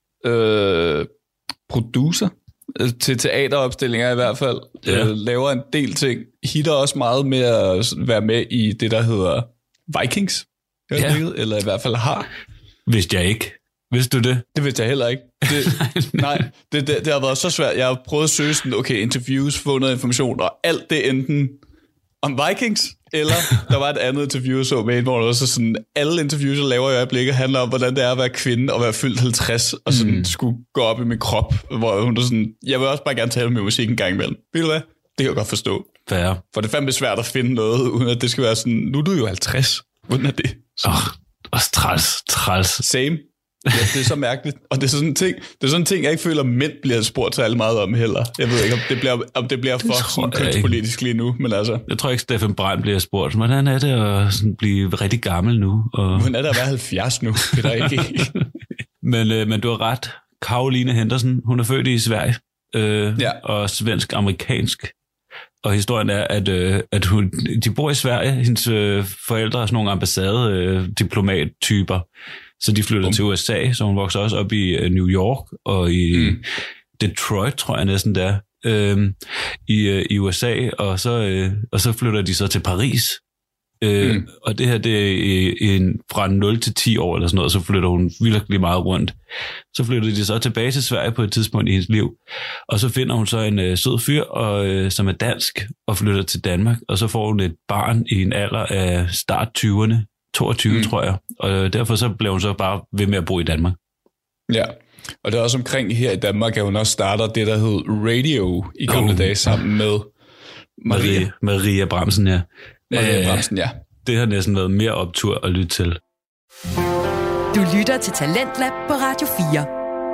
S8: øh, producer, til teateropstillinger i hvert fald, ja. øh, laver en del ting, hitter også meget med at være med i det, der hedder Vikings, ja. det, eller i hvert fald har.
S7: Vidste jeg ikke. Vidste du det?
S8: Det vidste jeg heller ikke. Det, nej, det, det, det har været så svært. Jeg har prøvet at søge sådan, okay, interviews, få noget information, og alt det enten om Vikings, eller der var et andet interview, så med, hvor der også sådan, alle interviews, jeg laver i øjeblikket, handler om, hvordan det er at være kvinde og være fyldt halvtreds, og sådan mm. skulle gå op i min krop, hvor hun er sådan, jeg vil også bare gerne tale med musik en gang imellem. Ved du hvad? Det kan jeg godt forstå.
S7: Fair.
S8: For det er fandme svært at finde noget, uden at det skal være sådan, nu er du jo halvtreds. Hvordan er det?
S7: Åh, oh, også træls, træls.
S8: Same. Ja, det er så mærkeligt. Og det er sådan en ting, det er sådan en ting, jeg ikke føler, at mænd bliver spurgt så alt meget om heller. Jeg ved ikke, om det bliver, om det bliver for sådan kønspolitisk lige nu, men altså.
S7: Jeg tror ikke, Steffen Brandt bliver spurgt. Hvordan er det at sådan blive rigtig gammel nu? Og...
S8: Hun er der at være halvfjerds nu. Det er der ikke.
S7: men, øh, men du har ret. Caroline Henderson, hun er født i Sverige. Øh, ja. Og svensk-amerikansk. Og historien er, at, øh, at hun, de bor i Sverige. Hendes øh, forældre er sådan nogle ambassade-diplomat-typer. Øh, Så de flytter um. til U S A, så hun vokser også op i uh, New York og i mm. Detroit, tror jeg næsten der, øh, i, uh, i U S A, og så, øh, og så flytter de så til Paris. Øh, mm. Og det her, det er i, en, fra nul til ti år eller sådan noget, så flytter hun virkelig meget rundt. Så flytter de så tilbage til Sverige på et tidspunkt i hendes liv, og så finder hun så en øh, sød fyr, og, øh, som er dansk, og flytter til Danmark, og så får hun et barn i en alder af start tyverne, toogtyve, mm. tror jeg. Og derfor så blev hun så bare ved med at bo i Danmark.
S8: Ja, og det er også omkring her i Danmark, at hun også starter det, der hed Radio i gamle oh. dage, sammen med
S7: Maria. Maria, Maria Bramsen, ja.
S8: Maria Bramsen, ja.
S7: Det har næsten været mere optur at lytte til.
S2: Du lytter til Talentlab på Radio fire.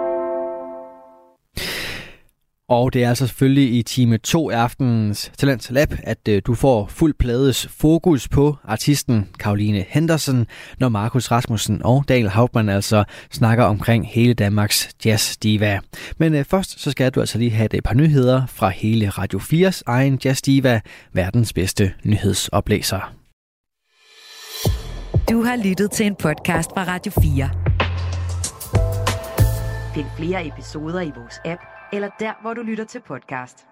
S3: Og det er altså selvfølgelig i time to af aftenens Talent Lab, at øh, du får fuld plades fokus på artisten Caroline Henderson, når Markus Rasmussen og Daniel Hauptmann altså snakker omkring hele Danmarks jazz-diva. Men øh, først så skal du altså lige have et par nyheder fra hele Radio fires egen jazz-diva, verdens bedste nyhedsoplæser.
S2: Du har lyttet til en podcast fra Radio fire. Find flere episoder i vores app, eller der, hvor du lytter til podcast.